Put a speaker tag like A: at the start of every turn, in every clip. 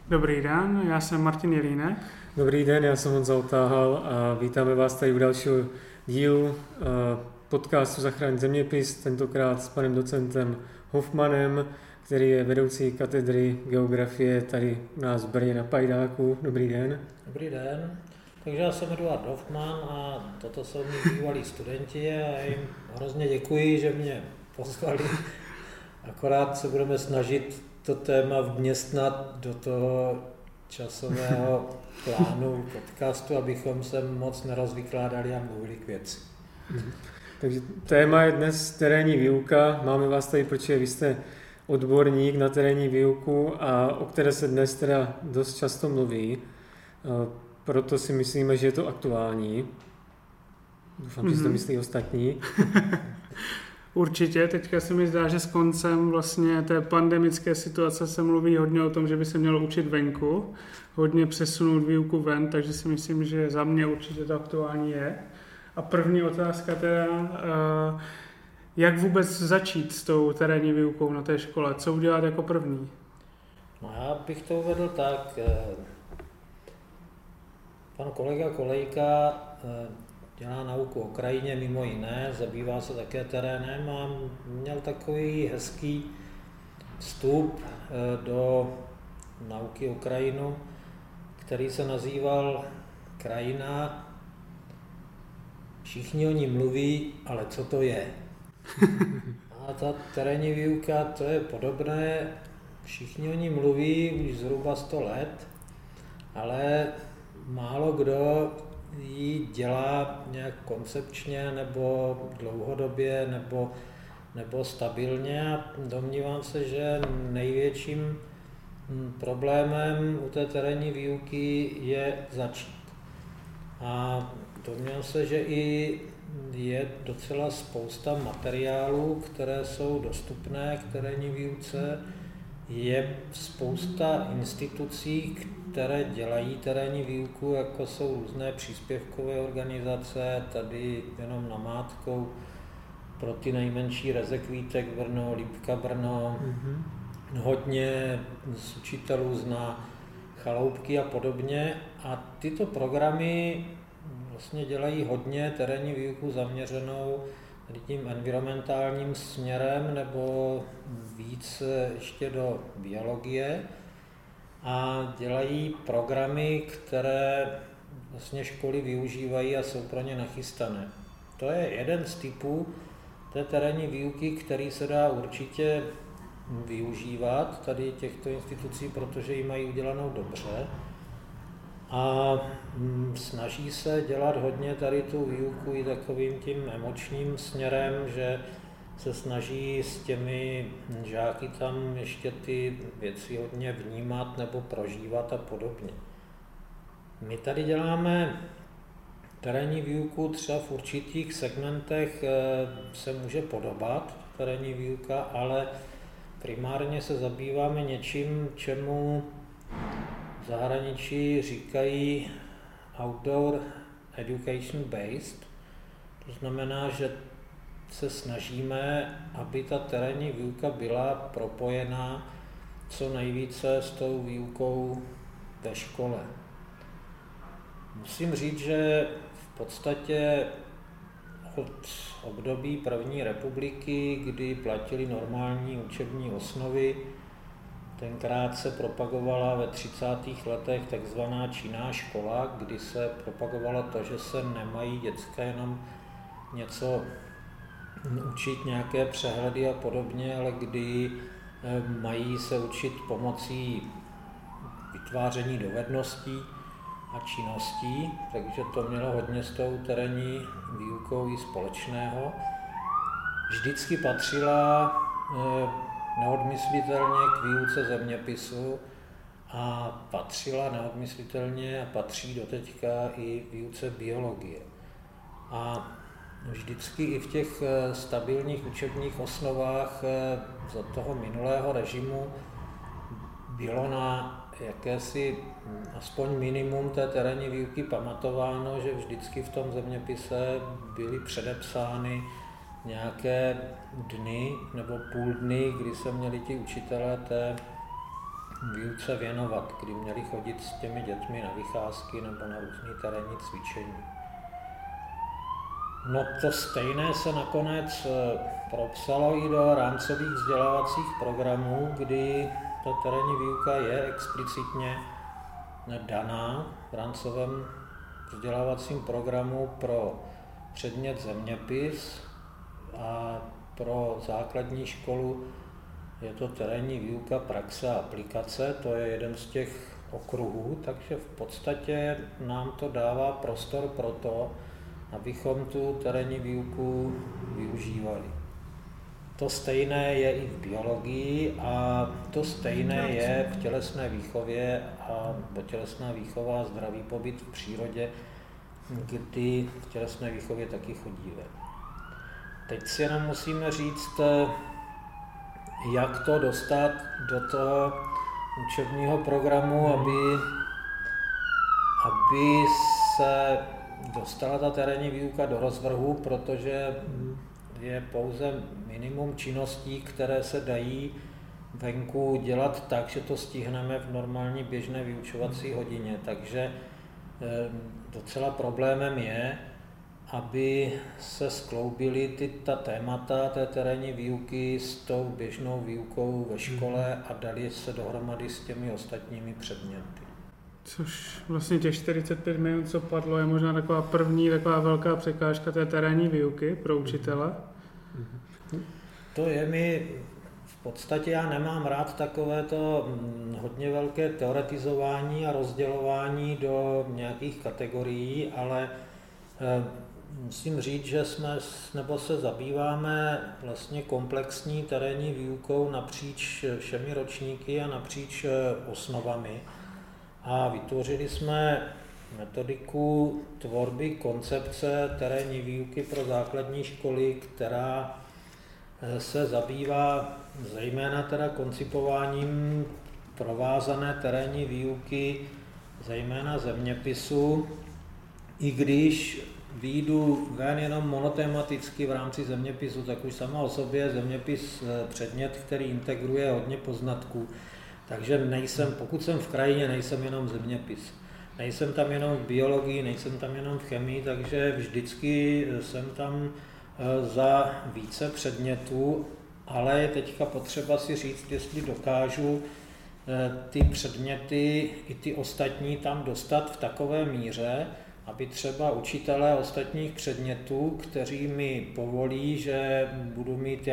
A: Dobrý den, já jsem Martin Jelínek.
B: Dobrý den, já jsem Honza Otáhal a vítáme vás tady u dalšího dílu podcastu Zachraň zeměpis, tentokrát s panem docentem Hofmanem, který je vedoucí katedry geografie tady u nás v Brně na Pajdáku. Dobrý den.
C: Dobrý den. Takže já jsem Eduard Hofman a toto jsou mý bývalí studenti a jim hrozně děkuji, že mě pozvali. Akorát se budeme snažit to téma vměstnat do toho časového plánu podcastu, abychom se moc nerozvykládali a mluvili k věci.
B: Takže téma je dnes terénní výuka. Máme vás tady, protože vy jste odborník na terénní výuku a o které se dnes teda dost často mluví. Proto si myslíme, že je to aktuální. Doufám, že si to myslí ostatní.
A: Určitě, teďka se mi zdá, že s koncem vlastně té pandemické situace se mluví hodně o tom, že by se mělo učit venku, hodně přesunout výuku ven, takže si myslím, že za mě určitě to aktuální je. A první otázka teda, jak vůbec začít s tou terénní výukou na té škole? Co udělat jako první?
C: No já bych to uvedl tak. Pan kolega Kolejka dělá nauku o krajině mimo jiné, zabývá se také terénem a měl takový hezký vstup do nauky o krajinu, který se nazýval Krajina. Všichni o ní mluví, ale co to je? A ta terénní výuka, to je podobné. Všichni o ní mluví už zhruba 100 let, ale málo kdo ji dělá nějak koncepčně nebo dlouhodobě nebo stabilně a domnívám se, že největším problémem u té terénní výuky je začít. A domnívám se, že i je docela spousta materiálů, které jsou dostupné k terénní výuce. Je spousta institucí, které dělají terénní výuku, jako jsou různé příspěvkové organizace, tady jenom namátkou pro ty nejmenší Rezekvítek Brno, Lípka Brno, hodně z učitelů zná Chaloupky a podobně. A tyto programy vlastně dělají hodně terénní výuku zaměřenou tím environmentálním směrem nebo víc ještě do biologie a dělají programy, které vlastně školy využívají a jsou pro ně nachystané. To je jeden z typů té terénní výuky, který se dá určitě využívat tady těchto institucí, protože ji mají udělanou dobře. A snaží se dělat hodně tady tu výuku i takovým tím emočním směrem, že se snaží s těmi žáky tam ještě ty věci hodně vnímat nebo prožívat a podobně. My tady děláme terénní výuku, třeba v určitých segmentech se může podobat terénní výuka, ale primárně se zabýváme něčím, čemu v zahraničí říkají outdoor education based. To znamená, že se snažíme, aby ta terénní výuka byla propojená co nejvíce s tou výukou ve škole. Musím říct, že v podstatě od období první republiky, kdy platily normální učební osnovy, tenkrát se propagovala ve 30. letech takzvaná činná škola, kdy se propagovalo to, že se nemají děcka jenom něco učit, nějaké přehledy a podobně, ale kdy mají se učit pomocí vytváření dovedností a činností, takže to mělo hodně s tou terénní výukou i společného. Vždycky patřila neodmyslitelně k výuce zeměpisu a patřila neodmyslitelně a patří doteďka i výuce biologie. A vždycky i v těch stabilních učebních osnovách za toho minulého režimu bylo na jakési aspoň minimum té terénní výuky pamatováno, že vždycky v tom zeměpise byly předepsány nějaké dny nebo půl dny, kdy se měli ti učitelé té výuce věnovat, kdy měli chodit s těmi dětmi na vycházky nebo na různé terénní cvičení. No to stejné se nakonec propsalo i do rámcových vzdělávacích programů, kdy ta terénní výuka je explicitně daná v rámcovém vzdělávacím programu pro předmět zeměpis a pro základní školu je to terénní výuka, praxe a aplikace, to je jeden z těch okruhů, takže v podstatě nám to dává prostor pro to, abychom tu terénní výuku využívali. To stejné je i v biologii a to stejné je v tělesné výchově a tělesná výchova a zdravý pobyt v přírodě, kdy v tělesné výchově taky chodíme. Teď si jenom musíme říct, jak to dostat do toho učebního programu, aby se dostala ta terénní výuka do rozvrhu, protože je pouze minimum činností, které se dají venku dělat tak, že to stihneme v normální běžné vyučovací hodině. Takže docela problémem je, aby se skloubily ta témata té terénní výuky s tou běžnou výukou ve škole a dali se dohromady s těmi ostatními předměty.
A: Což vlastně těch 45 minut, co padlo, je možná taková velká překážka té terénní výuky pro učitele.
C: To je mi v podstatě, já nemám rád takovéto hodně velké teoretizování a rozdělování do nějakých kategorií, ale musím říct, že se zabýváme vlastně komplexní terénní výukou napříč všemi ročníky a napříč osnovami. A vytvořili jsme metodiku tvorby koncepce terénní výuky pro základní školy, která se zabývá zejména teda koncipováním provázané terénní výuky, zejména zeměpisu, i když výjdu ven jenom monotematicky v rámci zeměpisu, tak už sama o sobě zeměpis předmět, který integruje hodně poznatků. Takže pokud jsem v krajině, nejsem jenom zeměpis. Nejsem tam jenom v biologii, nejsem tam jenom v chemii, takže vždycky jsem tam za více předmětů, ale je teďka potřeba si říct, jestli dokážu ty předměty i ty ostatní tam dostat v takové míře, aby třeba učitelé ostatních předmětů, kteří mi povolí, že budu mít,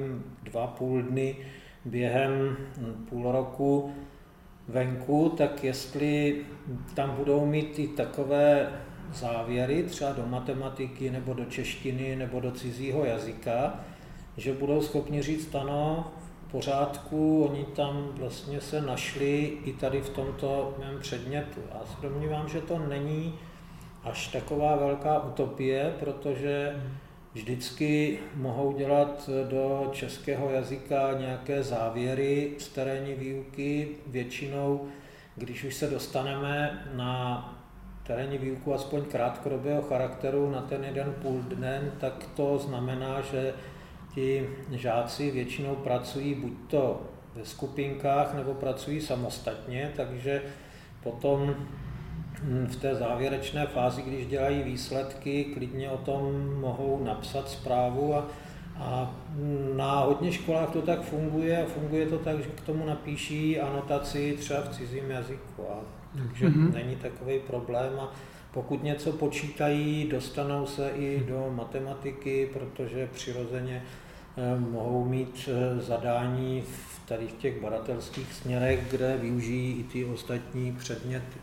C: 2,5 dny během půl roku venku, tak jestli tam budou mít i takové závěry, třeba do matematiky, nebo do češtiny, nebo do cizího jazyka, že budou schopni říct, ano, v pořádku, oni tam vlastně se našli i tady v tomto mém předmětu. Já se domnívám, že to není až taková velká utopie, protože vždycky mohou dělat do českého jazyka nějaké závěry z terénní výuky. Většinou, když už se dostaneme na terénní výuku aspoň krátkodobého charakteru na ten 1,5 dne, tak to znamená, že ti žáci většinou pracují buď to ve skupinkách, nebo pracují samostatně, takže potom v té závěrečné fázi, když dělají výsledky, klidně o tom mohou napsat zprávu a na hodně školách to tak funguje a funguje to tak, že k tomu napíší anotaci třeba v cizím jazyku. Takže není takový problém a pokud něco počítají, dostanou se i do matematiky, protože přirozeně mohou mít zadání v tady v těch badatelských směrech, kde využijí i ty ostatní předměty.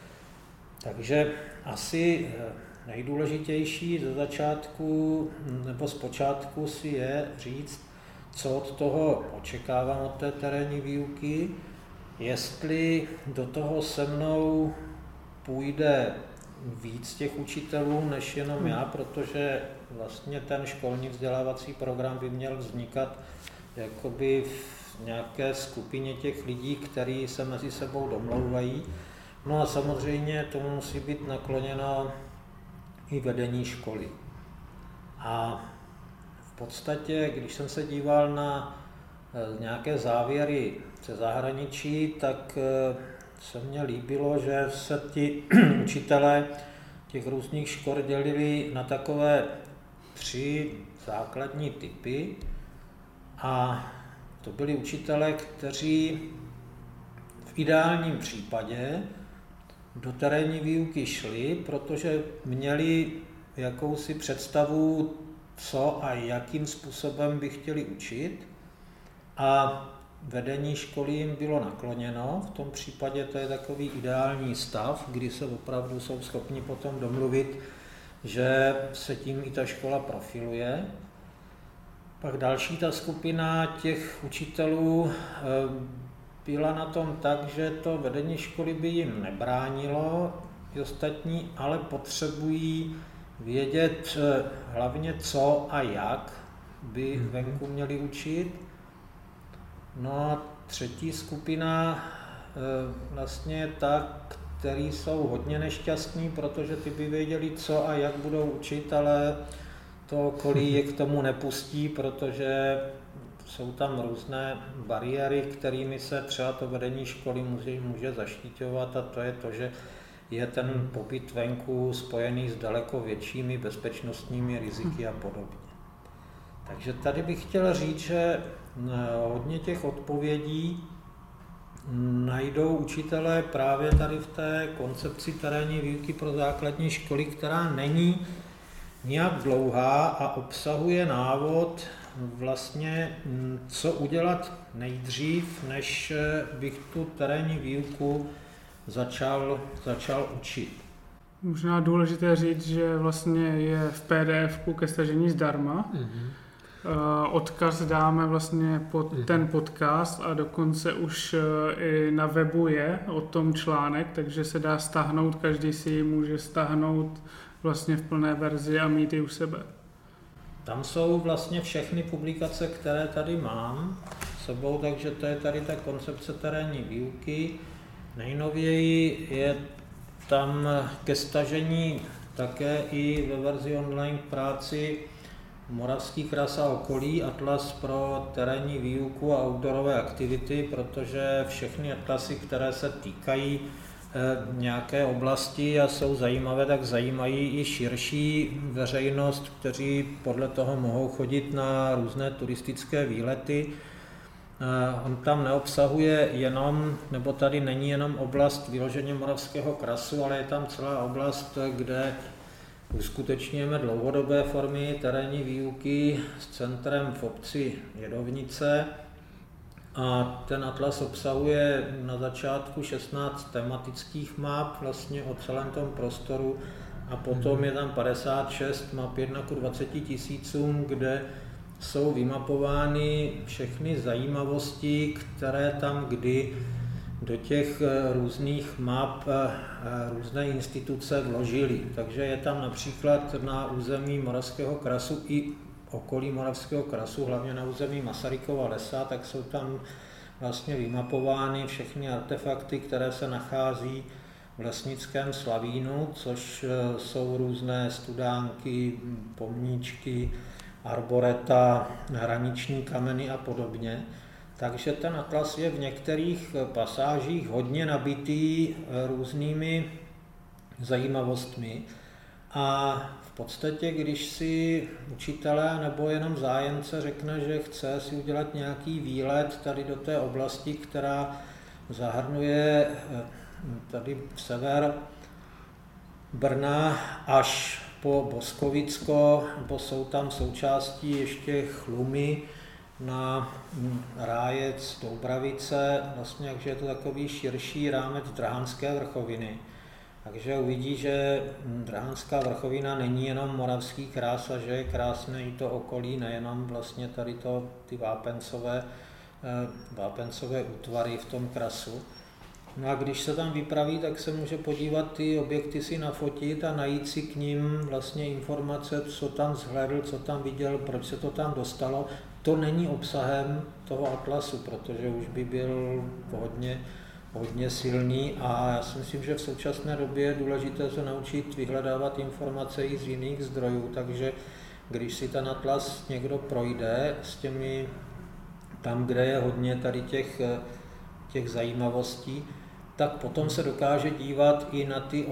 C: Takže asi nejdůležitější ze začátku nebo zpočátku si je říct, co od toho očekávám od té terénní výuky, jestli do toho se mnou půjde víc těch učitelů než jenom já, protože vlastně ten školní vzdělávací program by měl vznikat jakoby v nějaké skupině těch lidí, kteří se mezi sebou domlouvají. No a samozřejmě tomu musí být nakloněno i vedení školy. A v podstatě, když jsem se díval na nějaké závěry ze zahraničí, tak se mně líbilo, že se ti učitelé těch různých škol dělili na takové 3 základní typy a to byli učitelé, kteří v ideálním případě do terénní výuky šli, protože měli jakousi představu, co a jakým způsobem by chtěli učit a vedení školy jim bylo nakloněno. V tom případě to je takový ideální stav, kdy se opravdu jsou schopni potom domluvit, že se tím i ta škola profiluje. Pak další ta skupina těch učitelů byla na tom tak, že to vedení školy by jim nebránilo, i ostatní, ale potřebují vědět hlavně co a jak by venku měli učit. No a třetí skupina vlastně je ta, který jsou hodně nešťastní, protože ty by věděli co a jak budou učit, ale to okolí je k tomu nepustí, protože jsou tam různé bariéry, kterými se třeba to vedení školy může zaštiťovat, a to je to, že je ten pobyt venku spojený s daleko většími bezpečnostními riziky a podobně. Takže tady bych chtěl říct, že hodně těch odpovědí najdou učitelé právě tady v té koncepci terénní výuky pro základní školy, která není nijak dlouhá a obsahuje návod vlastně, co udělat nejdřív, než bych tu terénní výuku začal učit.
A: Možná důležité říct, že vlastně je v PDF-ku ke stažení zdarma. Odkaz dáme vlastně pod ten podcast a dokonce už i na webu je o tom článek, takže se dá stáhnout, každý si ji může stáhnout vlastně v plné verzi a mít ji u sebe.
C: Tam jsou vlastně všechny publikace, které tady mám s sebou, takže to je tady ta koncepce terénní výuky. Nejnověji je tam ke stažení také i ve verzi online k práci Moravský kras a okolí, atlas pro terénní výuku a outdoorové aktivity, protože všechny atlasy, které se týkají nějaké oblasti a jsou zajímavé, tak zajímají i širší veřejnost, kteří podle toho mohou chodit na různé turistické výlety. On tam neobsahuje jenom, nebo tady není jenom oblast vyloženě Moravského krasu, ale je tam celá oblast, kde uskutečňujeme dlouhodobé formy terénní výuky s centrem v obci Jedovnice. A ten atlas obsahuje na začátku 16 tematických map vlastně o celém tom prostoru a potom je tam 56 map 1:20 000, kde jsou vymapovány všechny zajímavosti, které tam kdy do těch různých map různé instituce vložily. Takže je tam například na území Moravského krasu i okolí Moravského krasu, hlavně na území Masarykova lesa, tak jsou tam vlastně vymapovány všechny artefakty, které se nachází v lesnickém Slavínu, což jsou různé studánky, pomníčky, arboreta, hraniční kameny a podobně. Takže ten atlas je v některých pasážích hodně nabitý různými zajímavostmi a v podstatě, když si učitelé nebo jenom zájemce řekne, že chce si udělat nějaký výlet tady do té oblasti, která zahrnuje tady sever Brna až po Boskovicko, nebo jsou tam součástí ještě Chlumy na Rájec, Doubravice, vlastně, takže je to takový širší rámec Drahanské vrchoviny. Takže uvidí, že Drahanská vrchovina není jenom Moravský kras a že je krásné i to okolí, nejenom vlastně tady to, ty vápencové útvary v tom krasu. No a když se tam vypraví, tak se může podívat ty objekty si nafotit a najít si k ním vlastně informace, co tam zhlédl, co tam viděl, proč se to tam dostalo. To není obsahem toho atlasu, protože už by byl hodně silný a já si myslím, že v současné době je důležité se naučit vyhledávat informace i z jiných zdrojů, takže když si ten atlas někdo projde s těmi tam, kde je hodně tady těch zajímavostí, tak potom se dokáže dívat i na ty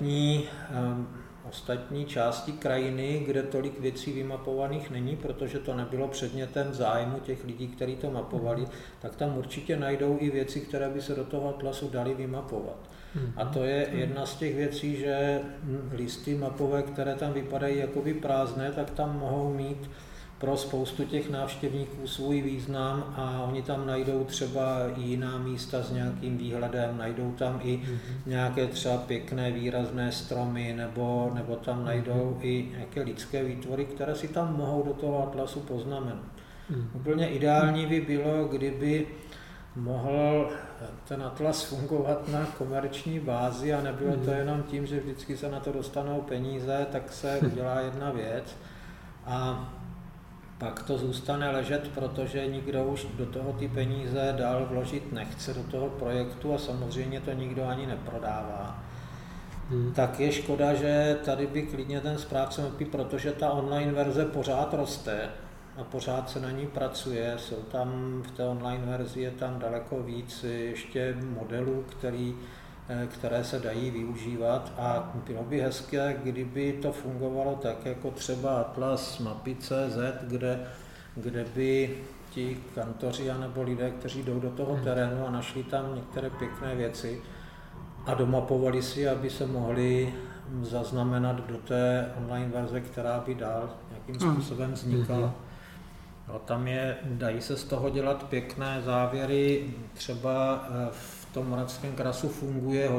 C: ostatní části krajiny, kde tolik věcí vymapovaných není, protože to nebylo předmětem zájmu těch lidí, kteří to mapovali, tak tam určitě najdou i věci, které by se do toho atlasu daly vymapovat. A to je jedna z těch věcí, že listy mapové, které tam vypadají jakoby prázdné, tak tam mohou mít pro spoustu těch návštěvníků svůj význam a oni tam najdou třeba i jiná místa s nějakým výhledem, najdou tam i nějaké třeba pěkné výrazné stromy, nebo tam najdou i nějaké lidské výtvory, které si tam mohou do toho atlasu poznamenat. Úplně ideální by bylo, kdyby mohl ten atlas fungovat na komerční bázi a nebylo to jenom tím, že vždycky se na to dostanou peníze, tak se udělá jedna věc a pak to zůstane ležet, protože nikdo už do toho ty peníze dál vložit nechce do toho projektu a samozřejmě to nikdo ani neprodává. Tak je škoda, že tady by klidně ten správce mapy, protože ta online verze pořád roste a pořád se na ní pracuje, jsou tam v té online verzi je tam daleko víc ještě modelů, které se dají využívat a bylo by hezké, kdyby to fungovalo tak jako třeba atlas mapy.cz, kde by ti kantoři nebo lidé, kteří jdou do toho terénu a našli tam některé pěkné věci a domapovali si, aby se mohli zaznamenat do té online verze, která by dál nějakým způsobem vznikala. No, dají se z toho dělat pěkné závěry, třeba v tom Moravském krasu funguje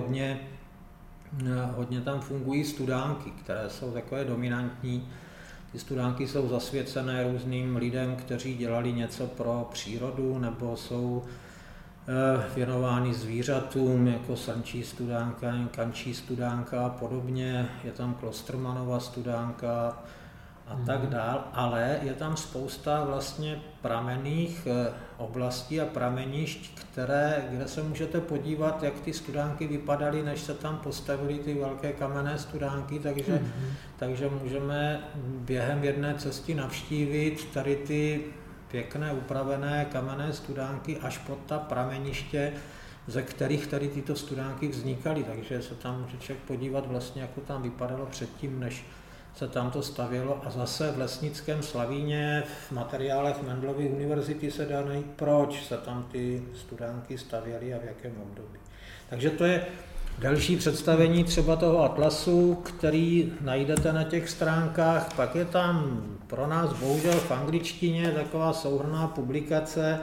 C: hodně tam fungují studánky, které jsou takové dominantní. Ty studánky jsou zasvěcené různým lidem, kteří dělali něco pro přírodu nebo jsou věnovány zvířatům, jako Srnčí studánka, Kančí studánka a podobně. Je tam Klostermanova studánka a tak dál, ale je tam spousta vlastně pramenných oblastí a pramenišť, kde se můžete podívat, jak ty studánky vypadaly, než se tam postavily ty velké kamenné studánky, takže můžeme během jedné cesty navštívit tady ty pěkné upravené kamenné studánky až pod ta prameniště, ze kterých tady tyto studánky vznikaly, takže se tam může člověk podívat vlastně, jak to tam vypadalo předtím, než se tam to stavělo a zase v Lesnickém Slavíně v materiálech Mendelovy univerzity se dá najít, proč se tam ty studánky stavěly a v jakém období. Takže to je další představení třeba toho atlasu, který najdete na těch stránkách. Pak je tam pro nás bohužel v angličtině taková souhrnná publikace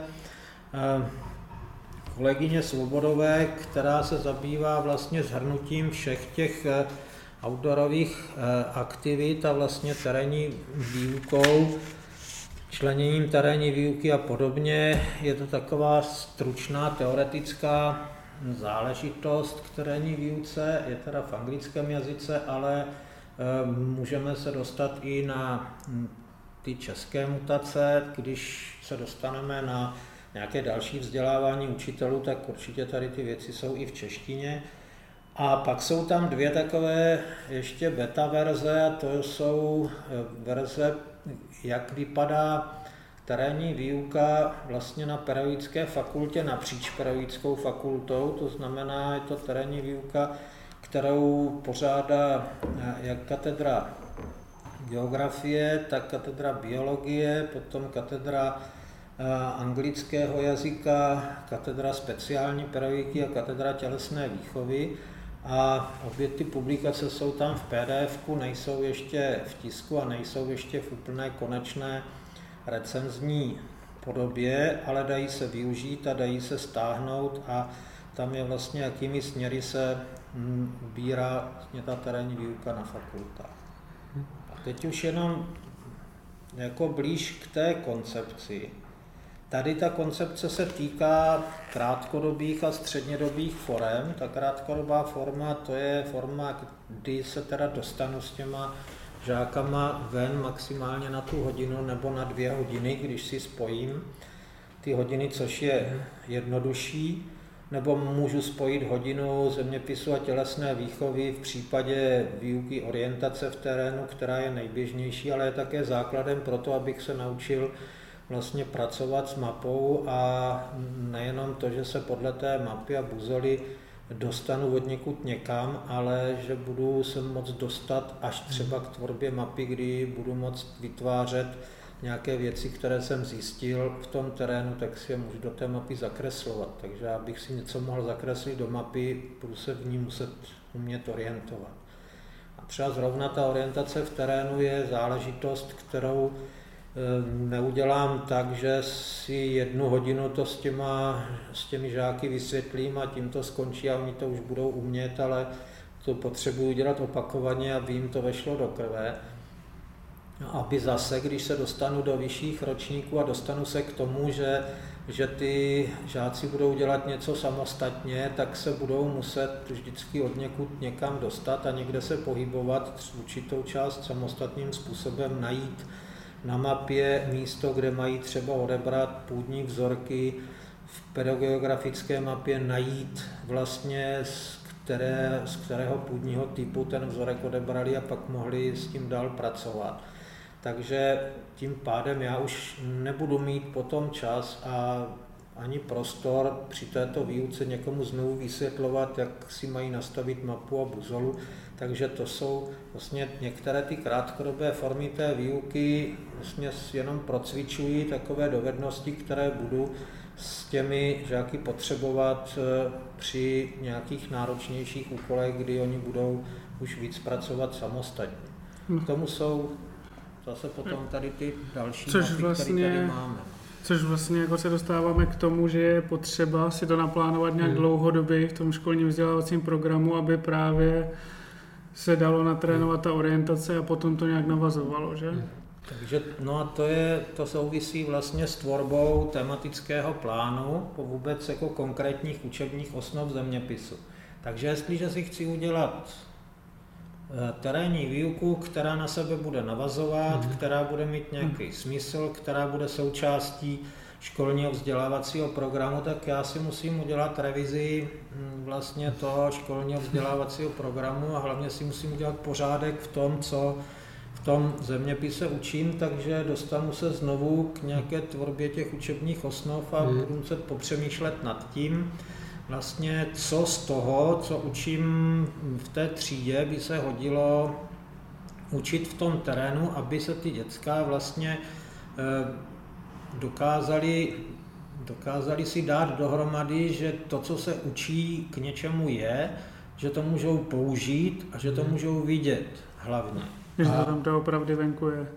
C: kolegyně Svobodové, která se zabývá vlastně shrnutím všech těch outdoorových aktivit a vlastně terénní výukou, členěním terénní výuky a podobně. Je to taková stručná teoretická záležitost k terénní výuce, je teda v anglickém jazyce, ale můžeme se dostat i na ty české mutace. Když se dostaneme na nějaké další vzdělávání učitelů, tak určitě tady ty věci jsou i v češtině. A pak jsou tam dvě takové ještě beta verze, a to jsou verze, jak vypadá terénní výuka vlastně na pedagogické fakultě napříč pedagogickou fakultou, to znamená, je to terénní výuka, kterou pořádá jak katedra geografie, tak katedra biologie, potom katedra anglického jazyka, katedra speciální pedagogiky a katedra tělesné výchovy. A obě ty publikace jsou tam v PDF-ku, nejsou ještě v tisku a nejsou ještě v úplné konečné recenzní podobě, ale dají se využít a dají se stáhnout a tam je vlastně, jakými směry se ubírá vlastně ta terénní výuka na fakultách. A teď už jenom jako blíž k té koncepci. Tady ta koncepce se týká krátkodobých a střednědobých forem. Ta krátkodobá forma, to je forma, kdy se teda dostanu s těma žákama ven maximálně na tu hodinu nebo na 2 hodiny, když si spojím ty hodiny, což je jednodušší, nebo můžu spojit hodinu zeměpisu a tělesné výchovy v případě výuky orientace v terénu, která je nejběžnější, ale je také základem pro to, abych se naučil vlastně pracovat s mapou a nejenom to, že se podle té mapy a buzoly dostanu od někud někam, ale že budu se moct dostat až třeba k tvorbě mapy, kdy budu moct vytvářet nějaké věci, které jsem zjistil v tom terénu, tak si je můžu do té mapy zakreslovat. Takže abych si něco mohl zakreslit do mapy, budu se v ní muset umět orientovat. A třeba zrovna ta orientace v terénu je záležitost, kterou neudělám tak, že si 1 hodinu to s těmi žáky vysvětlím a tím to skončí a oni to už budou umět, ale to potřebuji dělat opakovaně, aby jim to vešlo do krve. Aby zase, když se dostanu do vyšších ročníků a dostanu se k tomu, že ty žáci budou dělat něco samostatně, tak se budou muset vždycky od někud někam dostat a někde se pohybovat, určitou část samostatným způsobem najít na mapě místo, kde mají třeba odebrat půdní vzorky, v pedagogografické mapě najít vlastně z kterého půdního typu ten vzorek odebrali a pak mohli s tím dál pracovat. Takže tím pádem já už nebudu mít potom čas a ani prostor při této výuce někomu znovu vysvětlovat, jak si mají nastavit mapu a buzolu. Takže to jsou vlastně některé ty krátkodobé formy té výuky, vlastně jenom procvičují takové dovednosti, které budu s těmi žáky potřebovat při nějakých náročnějších úkolech, kdy oni budou už víc pracovat samostatně. K tomu jsou zase potom tady ty další mapy, které tady máme.
A: Což vlastně jako se dostáváme k tomu, že je potřeba si to naplánovat nějak dlouhodobě v tom školním vzdělávacím programu, aby právě se dalo natrénovat ta orientace a potom to nějak navazovalo, že?
C: Takže no a to souvisí vlastně s tvorbou tematického plánu po vůbec jako konkrétních učebních osnov zeměpisu. Takže jestliže si chci udělat terénní výuku, která na sebe bude navazovat, která bude mít nějaký smysl, která bude součástí školního vzdělávacího programu, tak já si musím udělat revizi vlastně toho školního vzdělávacího programu a hlavně si musím udělat pořádek v tom, co v tom zeměpise učím, takže dostanu se znovu k nějaké tvorbě těch učebních osnov a budu muset popřemýšlet nad tím, vlastně co z toho, co učím v té třídě, by se hodilo učit v tom terénu, aby se ty děcka vlastně dokázali si dát dohromady, že to, co se učí, k něčemu je, že to můžou použít a že to můžou vidět hlavně.
A: Když to tam doopravdy venku je.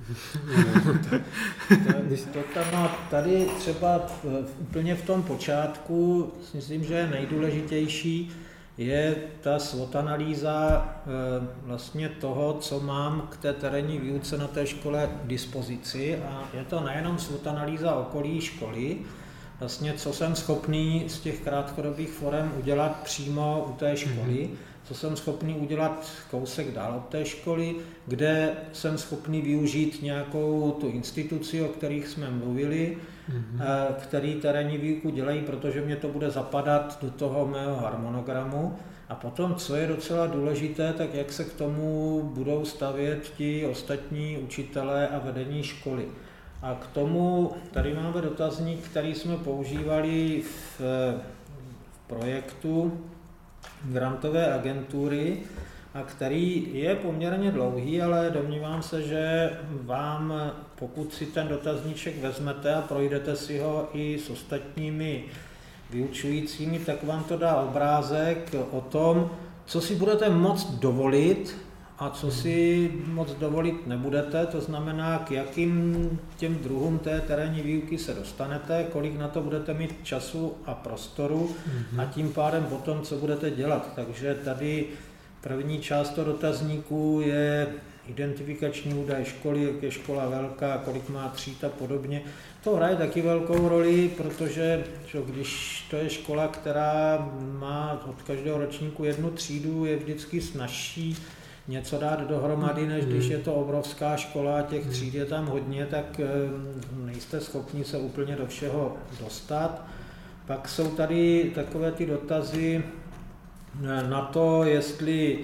C: Tady třeba úplně v tom počátku, myslím, že je nejdůležitější, je ta SWOT analýza vlastně toho, co mám k té terénní výuce na té škole k dispozici. A je to nejenom SWOT analýza okolí školy, vlastně co jsem schopný z těch krátkodobých forem udělat přímo u té školy, co jsem schopný udělat kousek dál od té školy, kde jsem schopný využít nějakou tu instituci, o kterých jsme mluvili, který terénní výuku dělají, protože mě to bude zapadat do toho mého harmonogramu. A potom, co je docela důležité, tak jak se k tomu budou stavět ti ostatní učitelé a vedení školy. A k tomu tady máme dotazník, který jsme používali v projektu grantové agentury a který je poměrně dlouhý, ale domnívám se, že vám, pokud si ten dotazníček vezmete a projdete si ho i s ostatními vyučujícími, tak vám to dá obrázek o tom, co si budete moct dovolit a co si moc dovolit nebudete, to znamená, k jakým těm druhům té terénní výuky se dostanete, kolik na to budete mít času a prostoru a tím pádem potom, co budete dělat. Takže tady první část toho dotazníku je identifikační údaj školy, jak je škola velká, kolik má tříd a podobně. To hraje taky velkou roli, protože když to je škola, která má od každého ročníku 1 třídu, je vždycky snazší něco dát dohromady, než když je to obrovská škola, těch tříd je tam hodně, tak nejste schopni se úplně do všeho dostat. Pak jsou tady takové ty dotazy na to, jestli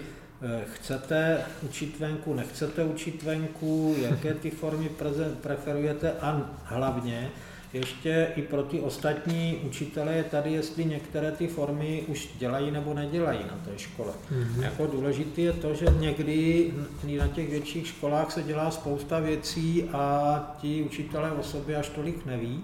C: chcete učit venku, nechcete učit venku, jaké ty formy preferujete a hlavně ještě i pro ty ostatní učitele je tady, jestli některé ty formy už dělají nebo nedělají na té škole. Jako důležité je to, že někdy na těch větších školách se dělá spousta věcí a ti učitelé o sobě až tolik neví.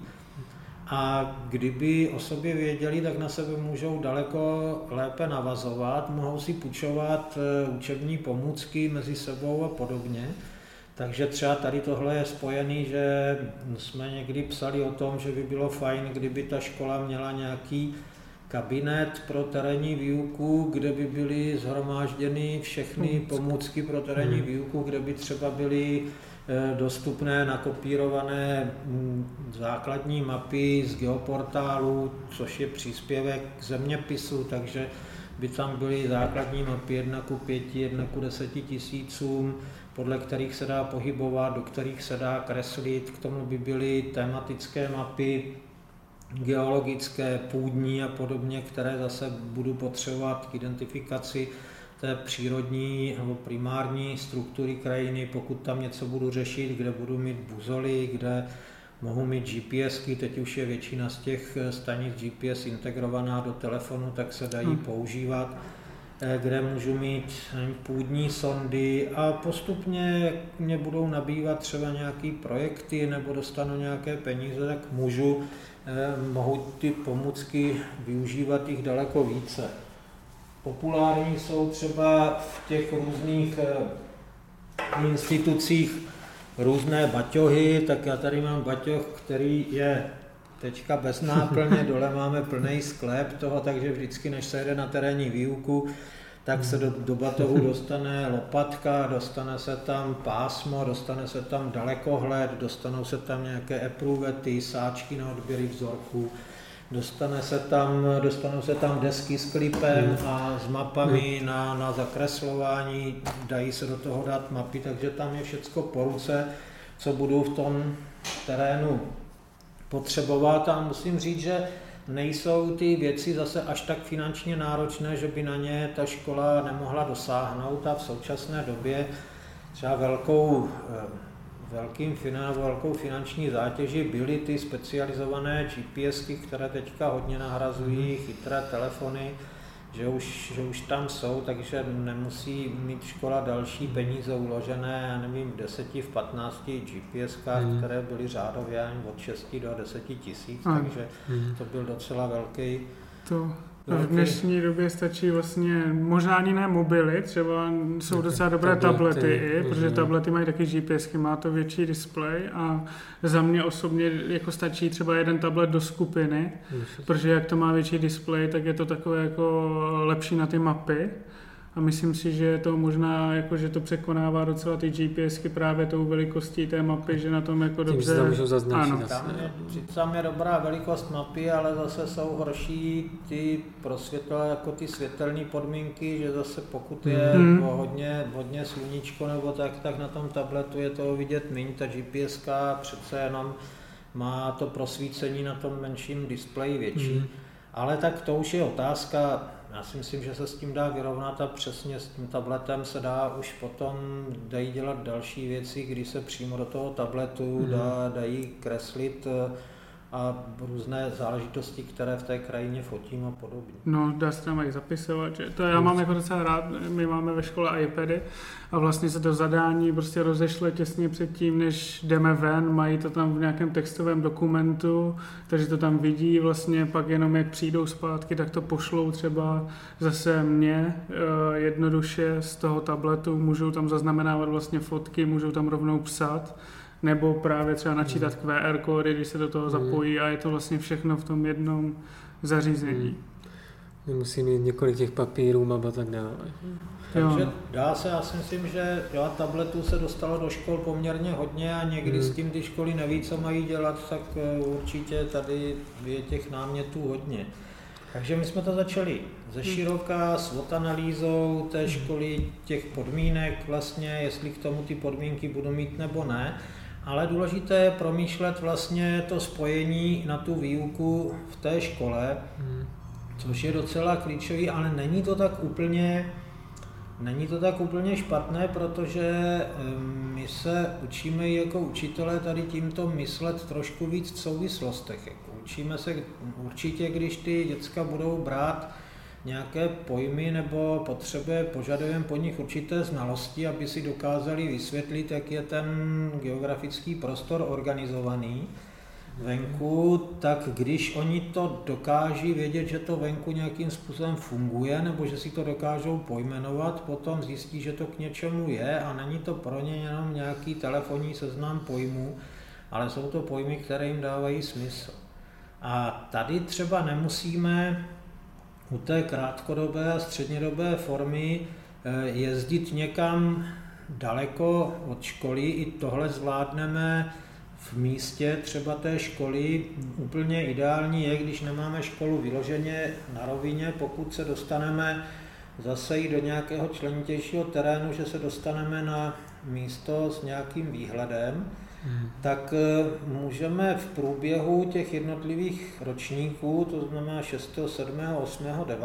C: A kdyby o sobě věděli, tak na sebe můžou daleko lépe navazovat, mohou si půjčovat učební pomůcky mezi sebou a podobně. Takže třeba tady tohle je spojený, že jsme někdy psali o tom, že by bylo fajn, kdyby ta škola měla nějaký kabinet pro terénní výuku, kde by byly shromážděny všechny pomůcky pro terénní výuku, kde by třeba byly dostupné nakopírované základní mapy z geoportálu, což je příspěvek k zeměpisu, takže by tam byly základní mapy 1:5, 1:10 tisícům, podle kterých se dá pohybovat, do kterých se dá kreslit. K tomu by byly tematické mapy geologické, půdní a podobně, které zase budu potřebovat k identifikaci té přírodní nebo primární struktury krajiny, pokud tam něco budu řešit, kde budu mít buzoly, kde mohu mít GPSky, teď už je většina z těch stanic GPS integrovaná do telefonu, tak se dají používat, kde můžu mít půdní sondy a postupně mě budou nabývat třeba nějaké projekty nebo dostanu nějaké peníze, tak mohu ty pomůcky využívat jich daleko více. Populární jsou třeba v těch různých institucích různé baťohy, tak já tady mám baťoh, který je teďka bez náplně, dole máme plný sklep toho, takže vždycky, než se jede na terénní výuku, tak se do batohu dostane lopatka, dostane se tam pásmo, dostane se tam dalekohled, dostanou se tam nějaké epruvety, sáčky na odběry vzorků, dostanou se tam desky s klipem a s mapami na zakreslování, dají se do toho dát mapy, takže tam je všecko po ruce, co budu v tom terénu potřebovat a musím říct, že nejsou ty věci zase až tak finančně náročné, že by na ně ta škola nemohla dosáhnout a v současné době třeba velkou finanční zátěži byly ty specializované GPSky, které teďka hodně nahrazují chytré telefony, že už tam jsou, takže nemusí mít škola další peníze uložené, já nevím, 10, v 15 GPSkách, které byly řádově od 6 do 10 tisíc, takže to byl docela velký.
A: V dnešní době stačí vlastně možná ani ne mobily, třeba jsou docela dobré tablety, protože tablety mají taky GPSky, má to větší displej a za mě osobně jako stačí třeba jeden tablet do skupiny, protože jak to má větší displej, tak je to takové jako lepší na ty mapy. A myslím si, že to možná, jako, že to překonává docela ty GPSky právě tou velikostí té mapy, že na tom jako dobře...
B: Tím můžou zaznačit.
A: Ano.
C: Tam je dobrá velikost mapy, ale zase jsou horší ty jako ty světelné podmínky, že zase pokud je hodně sluníčko nebo tak na tom tabletu je toho vidět méně. Ta GPSka přece jenom má to prosvícení na tom menším displeji větší. Ale tak to už je otázka. Já si myslím, že se s tím dá vyrovnat a přesně s tím tabletem se dá už potom dají dělat další věci, kdy se přímo do toho tabletu dají kreslit a různé záležitosti, které v té krajině fotím a podobně.
A: No, dá se tam i zapisovat, že to já mám jako docela rád, my máme ve škole iPady a vlastně se to zadání prostě rozešle těsně předtím, než jdeme ven, mají to tam v nějakém textovém dokumentu, takže to tam vidí vlastně, pak jenom jak přijdou zpátky, tak to pošlou třeba zase mě jednoduše z toho tabletu, můžou tam zaznamenávat vlastně fotky, můžou tam rovnou psat, nebo právě třeba načítat QR kódy, když se do toho zapojí a je to vlastně všechno v tom jednom zařízení.
B: Nemusí mít několik těch papírů, map a tak dále.
C: Takže dá se, já si myslím, že tabletů se dostalo do škol poměrně hodně a někdy s tím ty školy neví, co mají dělat, tak určitě tady je těch námětů hodně. Takže my jsme to začali ze široka s analýzou té školy, těch podmínek vlastně, jestli k tomu ty podmínky budu mít nebo ne. Ale důležité je promýšlet vlastně to spojení na tu výuku v té škole, což je docela klíčový, ale není to tak úplně není to tak úplně špatné, protože my se učíme jako učitelé tady tímto myslet trošku víc v souvislostech. Učíme se určitě, když ty děcka budou brát nějaké pojmy nebo požadujeme po nich určité znalosti, aby si dokázali vysvětlit, jak je ten geografický prostor organizovaný venku, tak když oni to dokáží vědět, že to venku nějakým způsobem funguje, nebo že si to dokážou pojmenovat, potom zjistí, že to k něčemu je a není to pro ně jenom nějaký telefonní seznam pojmů, ale jsou to pojmy, které jim dávají smysl. A tady třeba nemusíme u té krátkodobé a střednědobé formy jezdit někam daleko od školy. I tohle zvládneme v místě třeba té školy. Úplně ideální je, když nemáme školu vyloženě na rovině, pokud se dostaneme zase i do nějakého členitějšího terénu, že se dostaneme na místo s nějakým výhledem, tak můžeme v průběhu těch jednotlivých ročníků, to znamená 6., 7., 8., 9.,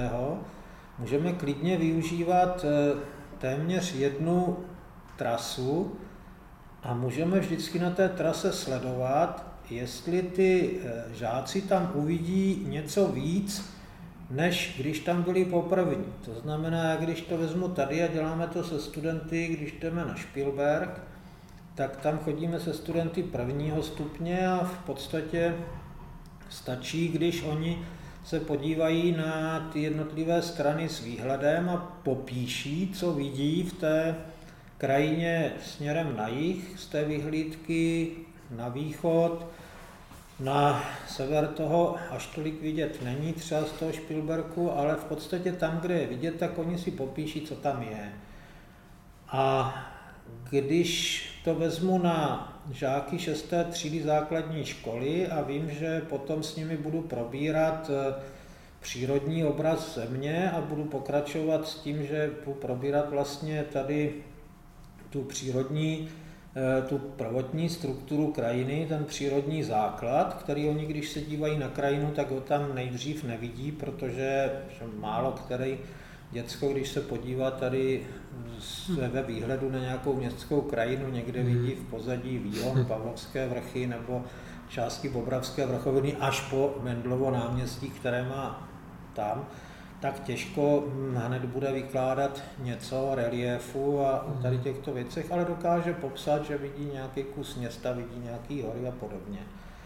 C: můžeme klidně využívat téměř jednu trasu a můžeme vždycky na té trase sledovat, jestli ty žáci tam uvidí něco víc, než když tam byli poprvní. To znamená, když to vezmu tady a děláme to se studenty, když jdeme na Spielberg, tak tam chodíme se studenty prvního stupně a v podstatě stačí, když oni se podívají na ty jednotlivé strany s výhledem a popíší, co vidí v té krajině směrem na jih, z té vyhlídky na východ, na sever toho až tolik vidět není třeba z toho Spielbergu, ale v podstatě tam, kde je vidět, tak oni si popíší, co tam je. A když to vezmu na žáky 6. třídy základní školy a vím, že potom s nimi budu probírat přírodní obraz země a budu pokračovat s tím, že budu probírat vlastně tady tu prvotní strukturu krajiny, ten přírodní základ, který oni, když se dívají na krajinu, tak ho tam nejdřív nevidí, protože málo který děcko, když se podívá tady ve výhledu na nějakou městskou krajinu, někde vidí v pozadí výhon, Pavlovské vrchy nebo části Bobravské vrchoviny až po Mendlovo náměstí, které má tam, tak těžko hned bude vykládat něco o reliéfu a o tady těchto věcech, ale dokáže popsat, že vidí nějaký kus města, vidí nějaký hory a podobně.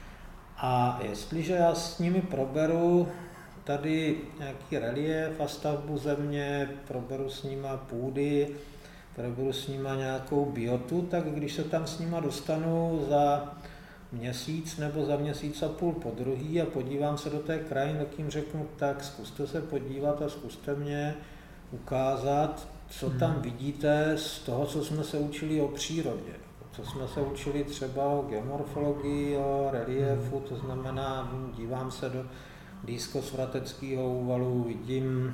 C: A jestliže já s nimi proberu tady nějaký reliéf a stavbu země, proberu s nima půdy, proberu s nima nějakou biotu, tak když se tam s nima dostanu za měsíc nebo za měsíc a půl po druhý a podívám se do té krajiny, tak jim řeknu, tak zkuste se podívat a zkuste mě ukázat, co tam vidíte z toho, co jsme se učili o přírodě. Co jsme se učili třeba o geomorfologii, o reliéfu, to znamená, dívám se do Dýsko-Svrateckého úvalu, vidím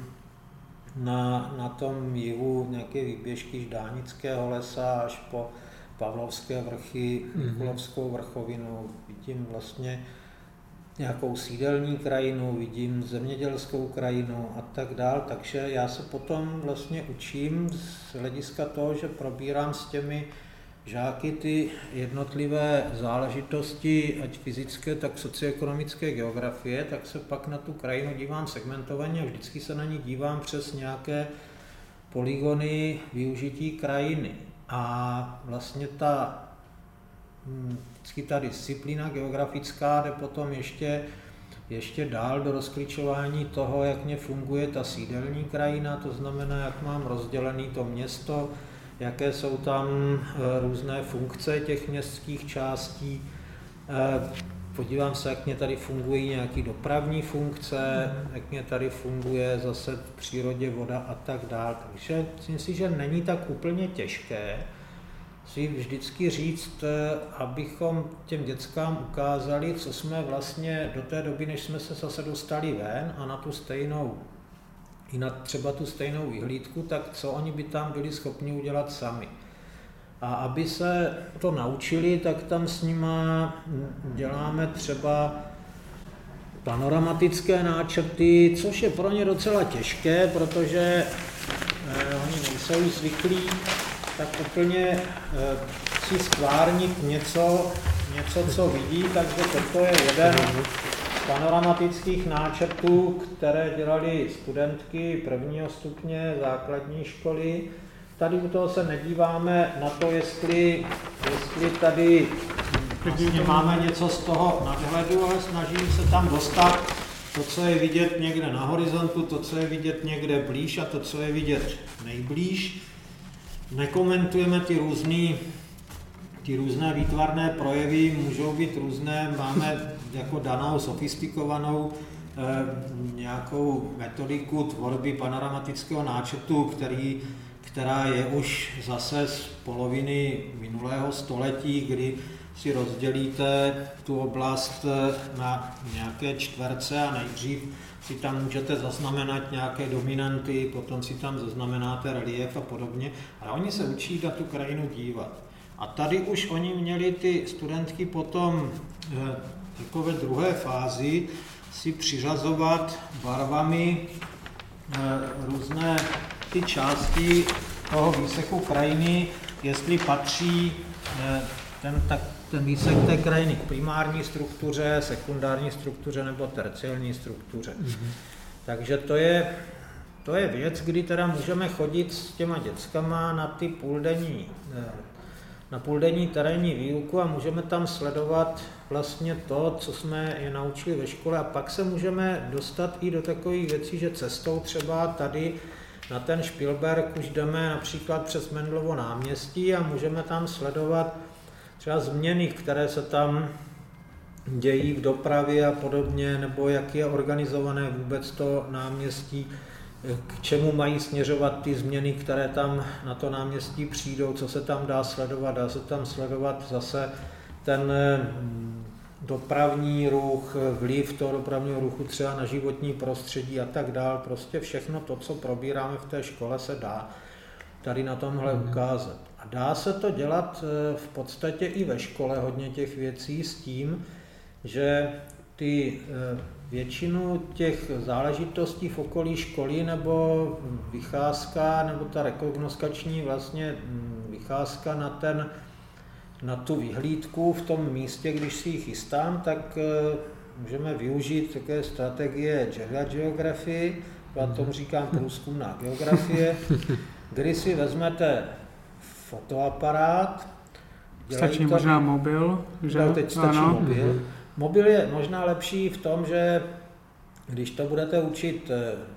C: na tom jihu nějaké výběžky Ždánického lesa až po Pavlovské vrchy, Mikulovskou vrchovinu, vidím vlastně nějakou sídelní krajinu, vidím zemědělskou krajinu a tak dál, takže já se potom vlastně učím z hlediska toho, že probírám s těmi žáky ty jednotlivé záležitosti, ať fyzické, tak socioekonomické geografie, tak se pak na tu krajinu dívám segmentovaně a vždycky se na ní dívám přes nějaké polygony využití krajiny. A vlastně vždycky ta disciplína geografická jde potom ještě dál do rozklíčování toho, jak mě funguje ta sídelní krajina, to znamená, jak mám rozdělený to město, jaké jsou tam různé funkce těch městských částí. Podívám se, jak mě tady fungují nějaké dopravní funkce, jak mě tady funguje zase v přírodě voda a tak dále. Takže myslím si, že není tak úplně těžké si vždycky říct, abychom těm dětskám ukázali, co jsme vlastně do té doby, než jsme se zase dostali ven a na tu stejnou, i na třeba tu stejnou vyhlídku, tak co oni by tam byli schopni udělat sami. A aby se to naučili, tak tam s nima děláme třeba panoramatické náčrty, což je pro ně docela těžké, protože oni nejsou zvyklí tak úplně si stvárnit něco, co vidí, takže toto je jeden z panoramatických náčrtů, které dělali studentky prvního stupně základní školy. Tady u toho se nedíváme na to, jestli tady vlastně máme něco z toho nadhledu, ale snažím se tam dostat to, co je vidět někde na horizontu, to, co je vidět někde blíž a to, co je vidět nejblíž. Nekomentujeme ty různé výtvarné projevy, můžou být různé, máme jako danou sofistikovanou nějakou metodiku tvorby panoramatického náčrtu, která je už zase z poloviny minulého století, kdy si rozdělíte tu oblast na nějaké čtverce a nejdřív si tam můžete zaznamenat nějaké dominanty, potom si tam zaznamenáte relief a podobně. A oni se učí na tu krajinu dívat. A tady už oni měli ty studentky potom jako ve druhé fázi si přiřazovat barvami různé ty části toho výseku krajiny, jestli patří ten výsek té krajiny k primární struktuře, sekundární struktuře nebo terciální struktuře. Takže to je věc, kdy teda můžeme chodit s těma dětskama na ty půldenní terénní výuku a můžeme tam sledovat vlastně to, co jsme je naučili ve škole a pak se můžeme dostat i do takových věcí, že cestou třeba tady na ten Špilberk už jdeme například přes Mendlovo náměstí a můžeme tam sledovat třeba změny, které se tam dějí v dopravě a podobně, nebo jak je organizované vůbec to náměstí, k čemu mají směřovat ty změny, které tam na to náměstí přijdou, co se tam dá sledovat. Dá se tam sledovat zase ten dopravní ruch, vliv toho dopravního ruchu třeba na životní prostředí a tak dál. Prostě všechno to, co probíráme v té škole, se dá tady na tomhle ukázat. A dá se to dělat v podstatě i ve škole hodně těch věcí s tím, že ty většinu těch záležitostí v okolí školy nebo vycházka, nebo ta rekognoskační vlastně vycházka na tu vyhlídku v tom místě, když si ji chystám, tak můžeme využít také strategie geografii, já tomu říkám průzkumná geografie, kdy si vezmete fotoaparát.
A: Stačí možná mobil, že?
C: Teď stačí mobil. Mobil je možná lepší v tom, že když to budete učit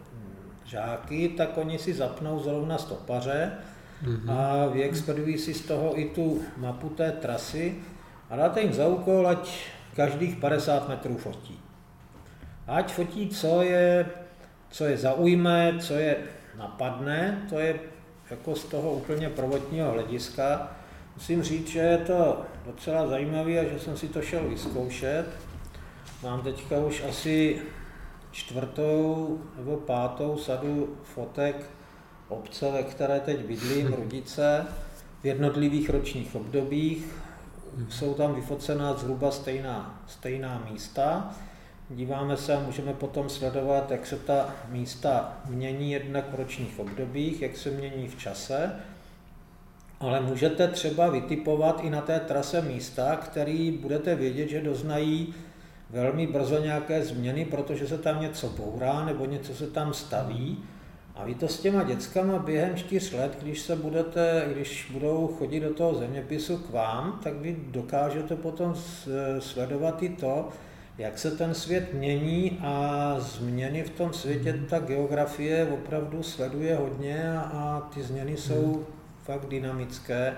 C: žáky, tak oni si zapnou zrovna stopaře a vyexpedují si z toho i tu mapu té trasy a dáte jim za úkol, ať každých 50 metrů fotí. Ať fotí, co je zaujme, co je napadne, to je jako z toho úplně prvotního hlediska. Musím říct, že je to docela zajímavé a že jsem si to šel vyzkoušet. Mám teďka už asi 4. nebo 5. sadu fotek obce, ve které teď bydlím, Rudice, v jednotlivých ročních obdobích. Jsou tam vyfocená zhruba stejná místa. Díváme se a můžeme potom sledovat, jak se ta místa mění jednak v ročních obdobích, jak se mění v čase. Ale můžete třeba vytipovat i na té trase místa, který budete vědět, že doznají velmi brzo nějaké změny, protože se tam něco bourá nebo něco se tam staví. A vy to s těma dětskama během 4 let, když budou chodit do toho zeměpisu k vám, tak vy dokážete potom sledovat i to, jak se ten svět mění a změny v tom světě, ta geografie opravdu sleduje hodně a ty změny jsou fakt dynamické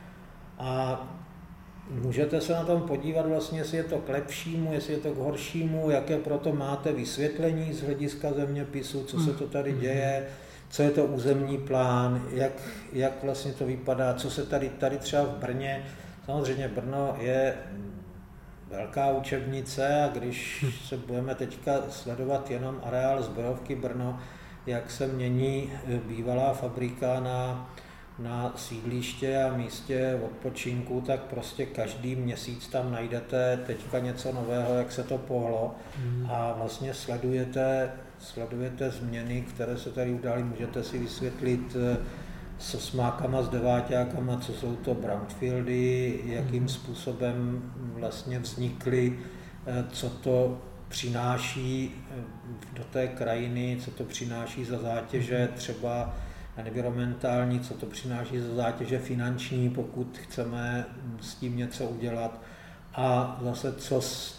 C: a můžete se na tom podívat vlastně, jestli je to k lepšímu, jestli je to k horšímu, jaké proto máte vysvětlení z hlediska zeměpisu, co se to tady děje, co je to územní plán, jak vlastně to vypadá, co se tady třeba v Brně, samozřejmě Brno je velká učebnice a když se budeme teďka sledovat jenom areál zbrojovky Brno, jak se mění bývalá fabrika na sídliště a místě odpočinku, tak prostě každý měsíc tam najdete teďka něco nového, jak se to pohlo a vlastně sledujete sledujete změny, které se tady udály, můžete si vysvětlit s osmákama, s deváťákama, co jsou to brownfieldy, jakým způsobem vlastně vznikly, co to přináší do té krajiny, co to přináší za zátěže třeba environmentální, co to přináší za zátěže finanční, pokud chceme s tím něco udělat. A zase co s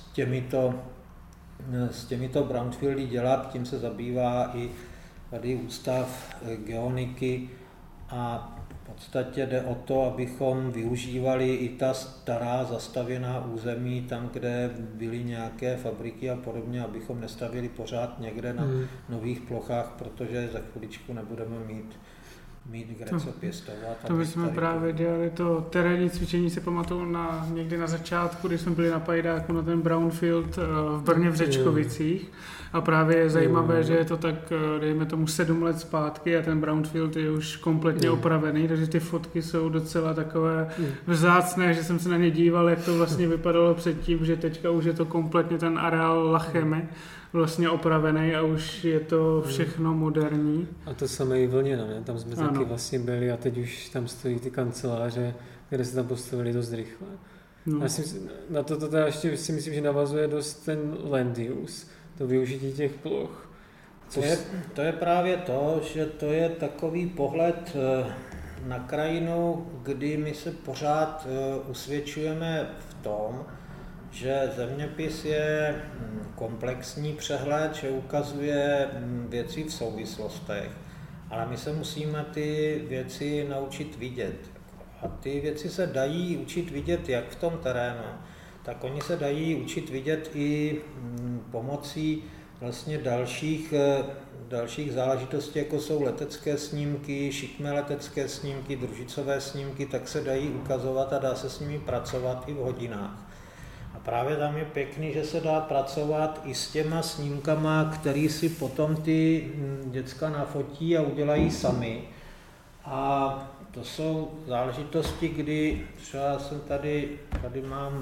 C: těmito brownfieldy dělat, tím se zabývá i tady Ústav geoniky a v podstatě jde o to, abychom využívali i ta stará zastavěná území, tam, kde byly nějaké fabriky a podobně, abychom nestavili pořád někde na nových plochách, protože za chviličku nebudeme mít kde co pěstovat.
A: To bychom právě dělali to terénní cvičení, se pamatuju někdy na začátku, když jsme byli na Pajdáku na ten brownfield v Brně v Řečkovicích. A právě je zajímavé, že je to tak, dejme tomu 7 let zpátky a ten brownfield je už kompletně opravený, takže ty fotky jsou docela takové vzácné, že jsem se na ně díval, jak to vlastně vypadalo předtím, že teďka už je to kompletně ten areál Lachemy vlastně opravený a už je to všechno moderní.
B: A to samé i Vlněna, ne? Tam jsme taky vlastně byli a teď už tam stojí ty kanceláře, které se tam postavily dost rychle. No. Na to teda ještě si myslím, že navazuje dost ten land use, to využití těch ploch.
C: To je právě to, že to je takový pohled na krajinu, kdy my se pořád usvědčujeme v tom, že zeměpis je komplexní přehled, že ukazuje věci v souvislostech, ale my se musíme ty věci naučit vidět. A ty věci se dají učit vidět jak v tom terénu, tak oni se dají učit vidět i pomocí vlastně dalších záležitostí, jako jsou letecké snímky, šikmé letecké snímky, družicové snímky, tak se dají ukazovat a dá se s nimi pracovat i v hodinách. A právě tam je pěkný, že se dá pracovat i s těma snímkama, který si potom ty děcka nafotí a udělají sami. A to jsou záležitosti, kdy třeba jsem tady mám...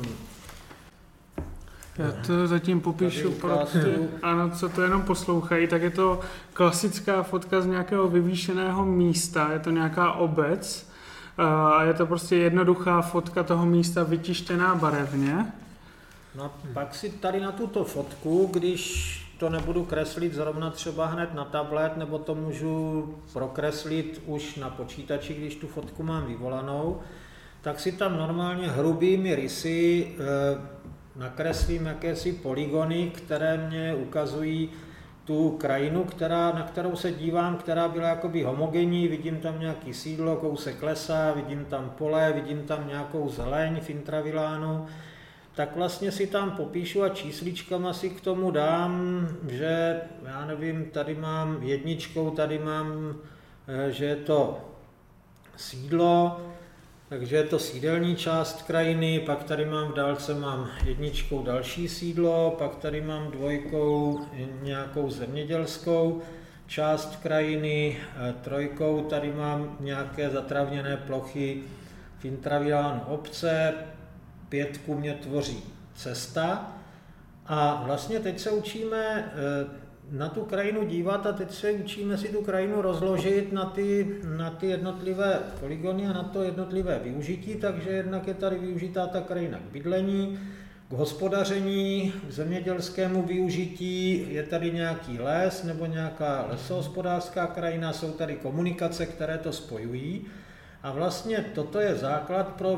A: Já to zatím popíšu pro ano, co to jenom poslouchají, tak je to klasická fotka z nějakého vyvýšeného místa, je to nějaká obec a je to prostě jednoduchá fotka toho místa vytištěná barevně.
C: No pak si tady na tuto fotku, když to nebudu kreslit zrovna třeba hned na tablet, nebo to můžu prokreslit už na počítači, když tu fotku mám vyvolanou, tak si tam normálně hrubými rysy nakreslím jakési polygony, které mě ukazují tu krajinu, na kterou se dívám, která byla jakoby homogenní, vidím tam nějaký sídlo, kousek lesa, vidím tam pole, vidím tam nějakou zeleň v intravilánu, tak vlastně si tam popíšu a čísličkama si k tomu dám, že já nevím, tady mám jedničkou, tady mám, že je to sídlo, takže je to sídelní část krajiny, pak tady mám v dálce jedničkou další sídlo, pak tady mám dvojkou nějakou zemědělskou část krajiny, trojkou tady mám nějaké zatravněné plochy v intravilánu obce, 5 mě tvoří cesta a vlastně teď se učíme na tu krajinu dívat a teď se učíme si tu krajinu rozložit na ty jednotlivé polygony a na to jednotlivé využití, takže jednak je tady využitá ta krajina k bydlení, k hospodaření, k zemědělskému využití, je tady nějaký les nebo nějaká lesohospodářská krajina, jsou tady komunikace, které to spojují a vlastně toto je základ pro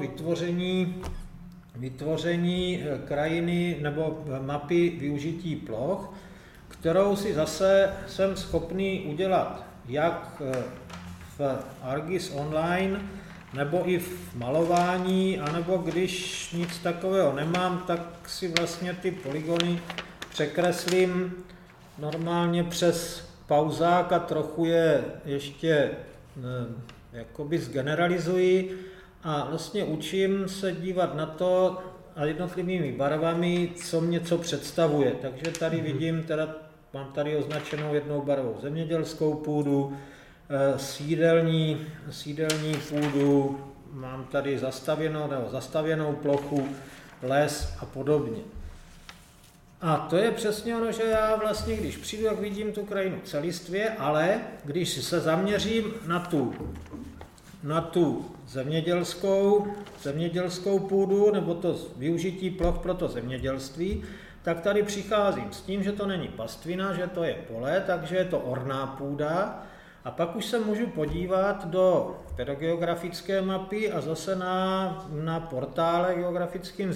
C: vytvoření krajiny nebo mapy využití ploch, kterou si zase jsem schopný udělat jak v ArcGIS Online, nebo i v malování, anebo když nic takového nemám, tak si vlastně ty polygony překreslím normálně přes pauzák a trochu je ještě jakoby zgeneralizuji a vlastně učím se dívat na to a jednotlivými barvami, co mě co představuje. Takže tady vidím, mám tady označenou jednou barvou zemědělskou půdu, sídelní půdu, mám tady zastavěnou plochu, les a podobně. A to je přesně ono, že já vlastně, když přijdu, jak vidím tu krajinu celistvě, ale když se zaměřím na tu zemědělskou půdu nebo to využití ploch pro to zemědělství, tak tady přicházím s tím, že to není pastvina, že to je pole, takže je to orná půda. A pak už se můžu podívat do pedogeografické mapy a zase na portále geografickým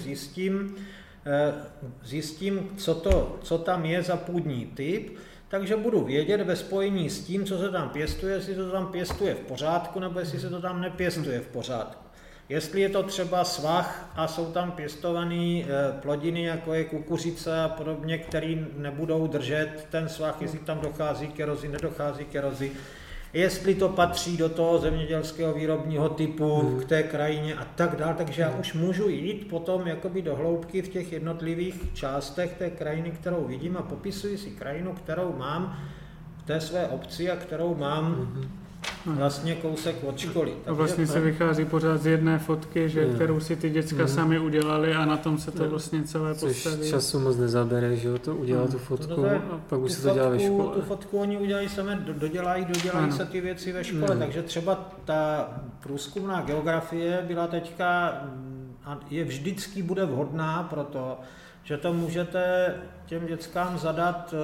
C: zjistím, co tam je za půdní typ, takže budu vědět ve spojení s tím, co se tam pěstuje, jestli to tam pěstuje v pořádku, nebo jestli se to tam nepěstuje v pořádku. Jestli je to třeba svah a jsou tam pěstované plodiny, jako je kukuřice a podobně, které nebudou držet ten svah, jestli tam dochází k erozi, nedochází k erozi, jestli to patří do toho zemědělského výrobního typu k té krajině a tak dále. Takže já už můžu jít potom jakoby do hloubky v těch jednotlivých částech té krajiny, kterou vidím a popisuji si krajinu, kterou mám v té své obci a kterou mám vlastně kousek od školy.
A: A vlastně se vychází pořád z jedné fotky, kterou si ty děcka sami udělali a na tom se to vlastně celé postaví.
B: Což času moc nezabere, že jo, to udělat tu fotku a pak už se to dělá ve škole.
C: Tu fotku oni udělají sami, dodělají se ty věci ve škole, takže třeba ta průzkumná geografie byla teďka a je vždycky bude vhodná pro to, že to můžete těm dětskám zadat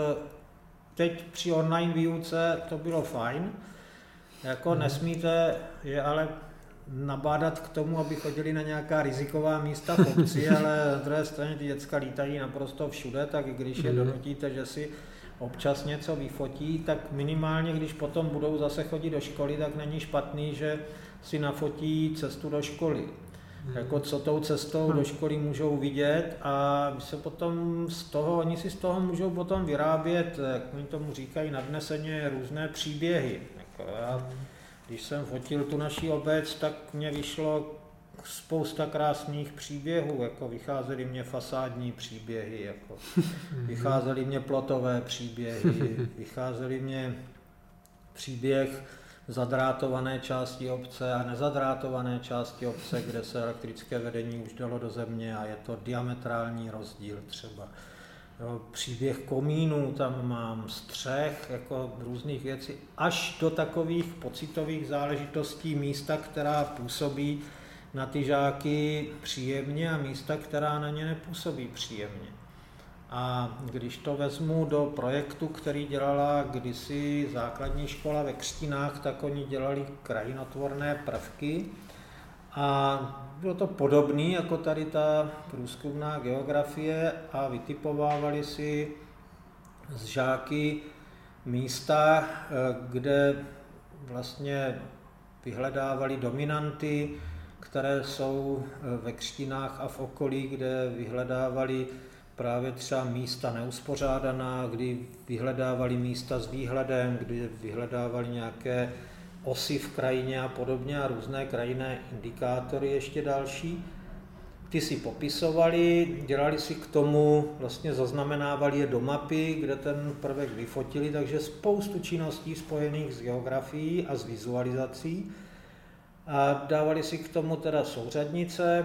C: teď při online výuce, to bylo fajn. Jako nesmíte je ale nabádat k tomu, aby chodili na nějaká riziková místa v obci, ale na druhé straně ty děcka lítají naprosto všude, tak když je donutíte, že si občas něco vyfotí, tak minimálně, když potom budou zase chodit do školy, tak není špatný, že si nafotí cestu do školy. Jako co tou cestou do školy můžou vidět a se potom oni si z toho můžou potom vyrábět, jak oni tomu říkají nadneseně, různé příběhy. Když jsem fotil tu naši obec, tak mě vyšlo spousta krásných příběhů, jako vycházely mě fasádní příběhy, jako vycházely mě plotové příběhy, vycházely mě příběh zadrátované části obce a nezadrátované části obce, kde se elektrické vedení už dalo do země a je to diametrální rozdíl třeba. Jo, příběh komínů tam mám, střech, jako různých věcí, až do takových pocitových záležitostí místa, která působí na ty žáky příjemně a místa, která na ně nepůsobí příjemně. A když to vezmu do projektu, který dělala kdysi základní škola ve Křtinách, tak oni dělali krajinotvorné prvky a bylo to podobné jako tady ta průzkumná geografie a vytipovávali si z žáky místa, kde vlastně vyhledávali dominanty, které jsou ve Křtinách a v okolí, kde vyhledávali právě třeba místa neuspořádaná, kdy vyhledávali místa s výhledem, kdy vyhledávali nějaké osy v krajině a podobně a různé krajinné indikátory ještě další. Ty si popisovali, dělali si k tomu, vlastně zaznamenávali je do mapy, kde ten prvek vyfotili, takže spoustu činností spojených s geografií a s vizualizací. A dávali si k tomu teda souřadnice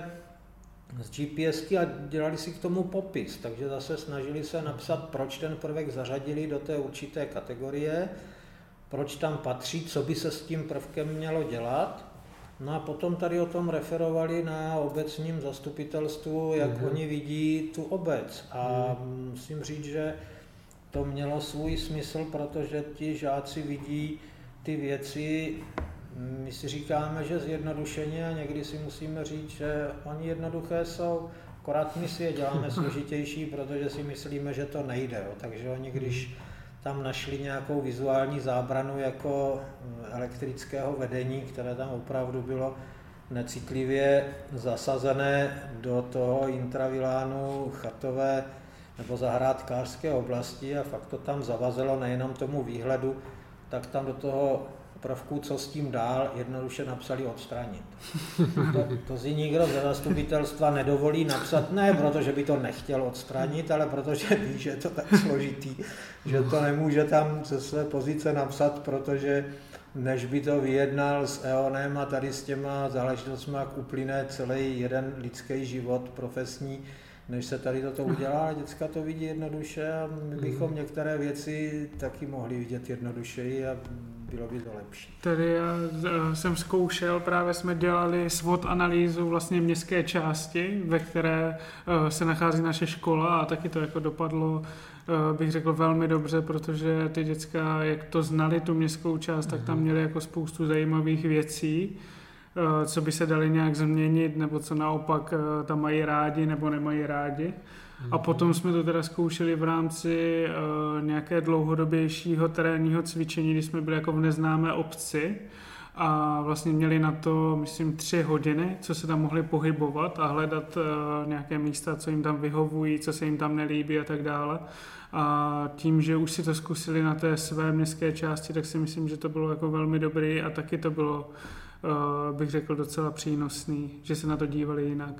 C: z GPSky a dělali si k tomu popis, takže zase snažili se napsat, proč ten prvek zařadili do té určité kategorie, proč tam patří, co by se s tím prvkem mělo dělat. No a potom tady o tom referovali na obecním zastupitelstvu, jak oni vidí tu obec. A musím říct, že to mělo svůj smysl, protože ti žáci vidí ty věci, my si říkáme, že zjednodušeně a někdy si musíme říct, že oni jednoduché jsou, akorát my si je děláme složitější, protože si myslíme, že to nejde. Jo. Takže oni, když tam našli nějakou vizuální zábranu jako elektrického vedení, které tam opravdu bylo necitlivě zasazené do toho intravilánu chatové nebo zahrádkářské oblasti a fakt to tam zavazelo nejenom tomu výhledu, tak tam do toho prvku, co s tím dál, jednoduše napsali odstranit. To si nikdo ze zastupitelstva nedovolí napsat, ne protože by to nechtěl odstranit, ale protože ví, že je to tak složitý, že to nemůže tam ze své pozice napsat, protože než by to vyjednal s EONem a tady s těma záležitostmi, jak uplyne celý jeden lidský život profesní, než se tady toto udělá. Děcka to vidí jednoduše a my bychom některé věci taky mohli vidět jednodušeji a bylo by to lepší.
A: Tady já jsem zkoušel, právě jsme dělali SWOT analýzu vlastně městské části, ve které se nachází naše škola a taky to jako dopadlo, bych řekl, velmi dobře, protože ty děcka, jak to znali, tu městskou část, tak tam měli jako spoustu zajímavých věcí, co by se dali nějak změnit, nebo co naopak tam mají rádi nebo nemají rádi. A potom jsme to teda zkoušeli v rámci nějaké dlouhodobějšího terénního cvičení, kdy jsme byli jako v neznámé obci a vlastně měli na to, myslím, 3 hodiny, co se tam mohli pohybovat a hledat nějaké místa, co jim tam vyhovují, co se jim tam nelíbí a tak dále. A tím, že už si to zkusili na té své městské části, tak si myslím, že to bylo jako velmi dobrý a taky to bylo, bych řekl, docela přínosný, že se na to dívali jinak.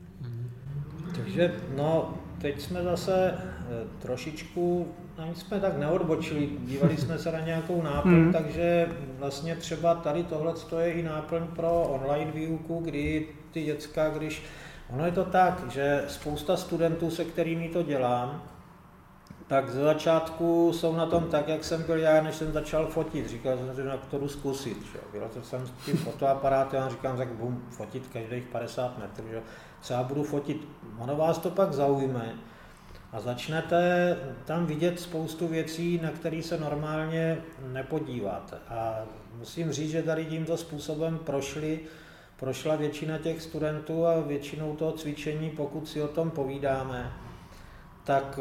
C: Takže no, teď jsme zase trošičku, ani jsme tak neodbočili, dívali jsme se na nějakou náplň, takže vlastně třeba tady tohle je i náplň pro online výuku, kdy ty děcka, ono je to tak, že spousta studentů, se kterými to dělám, tak ze začátku jsou na tom tak, jak jsem byl já, než jsem začal fotit. Říkal jsem, že to jdu zkusit. Byl jsem s tím fotoaparátem a říkám, tak budu fotit každých 50 metrů. Že? Co já budu fotit? Ono vás to pak zaujme a začnete tam vidět spoustu věcí, na které se normálně nepodíváte. A musím říct, že tady tímto způsobem prošla většina těch studentů a většinou toho cvičení, pokud si o tom povídáme, tak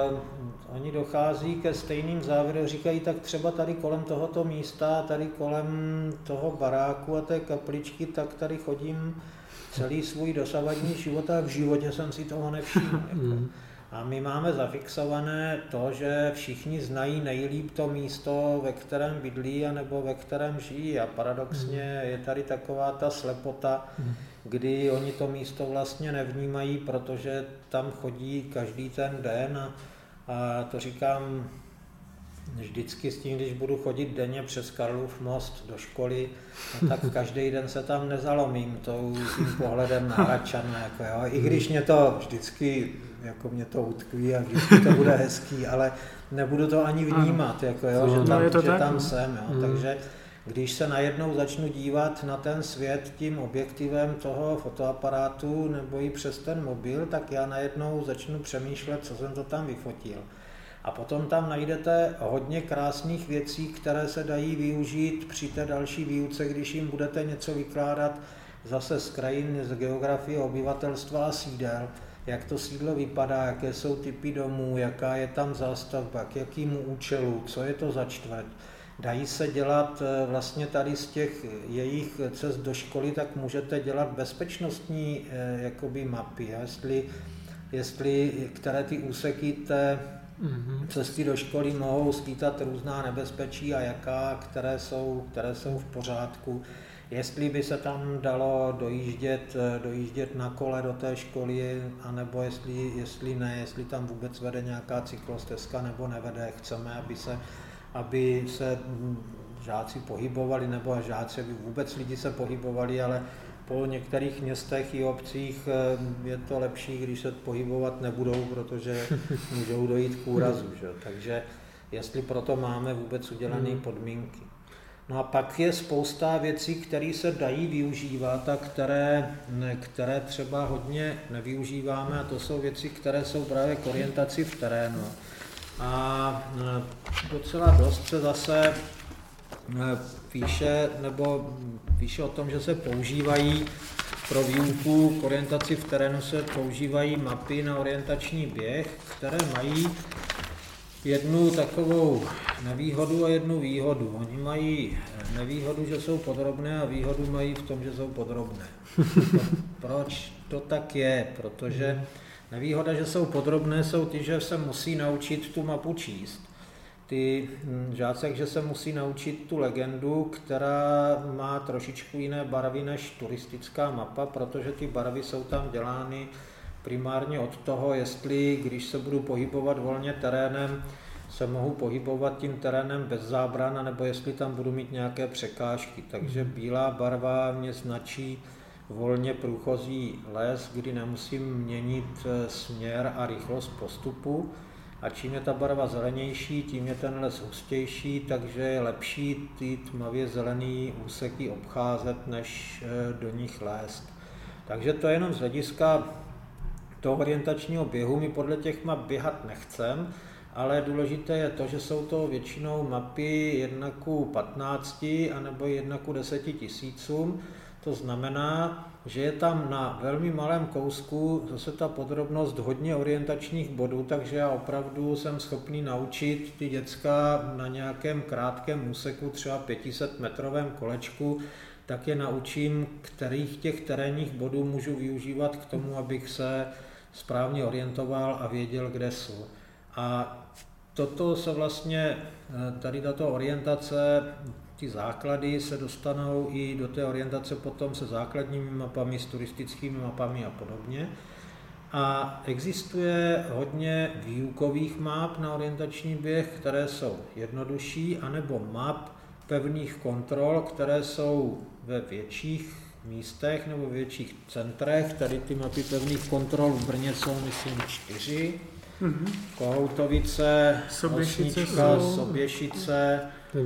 C: oni dochází ke stejným závěrům, říkají, tak třeba tady kolem tohoto místa, tady kolem toho baráku a té kapličky, tak tady chodím celý svůj dosavadní život a v životě jsem si toho nevšiml. A my máme zafixované to, že všichni znají nejlíp to místo, ve kterém bydlí anebo ve kterém žijí a paradoxně je tady taková ta slepota, kdy oni to místo vlastně nevnímají, protože tam chodí každý ten den a to říkám vždycky s tím, když budu chodit denně přes Karlův most do školy, no tak každý den se tam nezalomím tím pohledem na Hradčany, jako jo. I když mě to vždycky, jako mě to utkví a vždycky to bude hezký, ale nebudu to ani vnímat, jako jo, že tam jsem, jo. Takže když se najednou začnu dívat na ten svět tím objektivem toho fotoaparátu nebo i přes ten mobil, tak já najednou začnu přemýšlet, co jsem to tam vyfotil. A potom tam najdete hodně krásných věcí, které se dají využít při té další výuce, když jim budete něco vykládat zase z krajin, z geografie obyvatelstva a sídel, jak to sídlo vypadá, jaké jsou typy domů, jaká je tam zástavba, k jakému účelu, co je to za čtvrť. Dají se dělat vlastně tady z těch jejich cest do školy, tak můžete dělat bezpečnostní jakoby mapy, jestli které ty úseky té cesty do školy mohou skýtat různá nebezpečí a jaká, které jsou v pořádku. Jestli by se tam dalo dojíždět na kole do té školy, anebo jestli ne, jestli tam vůbec vede nějaká cyklostezka nebo nevede. Chceme, aby se žáci pohybovali, nebo žáci, aby vůbec lidi se pohybovali, ale po některých městech i obcích je to lepší, když se pohybovat nebudou, protože můžou dojít k úrazu. Že? Takže jestli proto máme vůbec udělané podmínky. No a pak je spousta věcí, které se dají využívat a které třeba hodně nevyužíváme, a to jsou věci, které jsou právě k orientaci v terénu. A docela dost se zase píše o tom, že se používají pro výuku k orientaci v terénu se používají mapy na orientační běh, které mají jednu takovou nevýhodu a jednu výhodu. Oni mají nevýhodu, že jsou podrobné a výhodu mají v tom, že jsou podrobné. Proč to tak je? Protože nevýhoda, že jsou podrobné, jsou ty, že se musí naučit tu mapu číst. Ty žáci, že se musí naučit tu legendu, která má trošičku jiné barvy než turistická mapa, protože ty barvy jsou tam dělány primárně od toho, jestli, když se budu pohybovat volně terénem, se mohu pohybovat tím terénem bez zábran, nebo jestli tam budu mít nějaké překážky. Takže bílá barva mě značí volně průchozí les, kdy nemusím měnit směr a rychlost postupu. A čím je ta barva zelenější, tím je ten les hustější, takže je lepší ty tmavě zelený úseky obcházet, než do nich lézt. Takže to je jenom z hlediska toho orientačního běhu. My podle těch map běhat nechcem, ale důležité je to, že jsou to většinou mapy 1:15 anebo 1:10 000. To znamená, že je tam na velmi malém kousku zase ta podrobnost hodně orientačních bodů, takže já opravdu jsem schopný naučit ty děcka na nějakém krátkém úseku, třeba 500 metrovém kolečku, tak je naučím, kterých těch terénních bodů můžu využívat k tomu, abych se správně orientoval a věděl, kde jsou. A toto se vlastně, tady tato orientace, ty základy se dostanou i do té orientace potom se základními mapami, s turistickými mapami a podobně. A existuje hodně výukových map na orientační běh, které jsou jednodušší, anebo map pevných kontrol, které jsou ve větších místech nebo ve větších centrech. Tady ty mapy pevných kontrol v Brně jsou, myslím, 4. Kohoutovice, Osnička, Soběšice,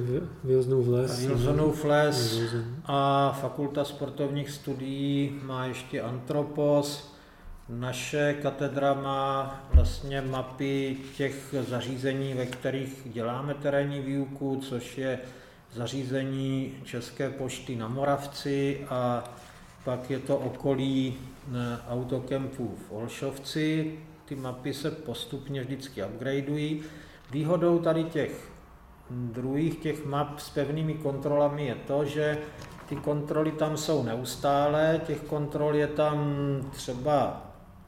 C: Vilzonův les a Fakulta sportovních studií má ještě Antropos. Naše katedra má vlastně mapy těch zařízení, ve kterých děláme terénní výuku, což je zařízení České pošty na Moravci a pak je to okolí autokempu v Olšovci. Ty mapy se postupně vždycky upgradeují. Výhodou tady těch druhých těch map s pevnými kontrolami je to, že ty kontroly tam jsou neustále, těch kontrol je tam třeba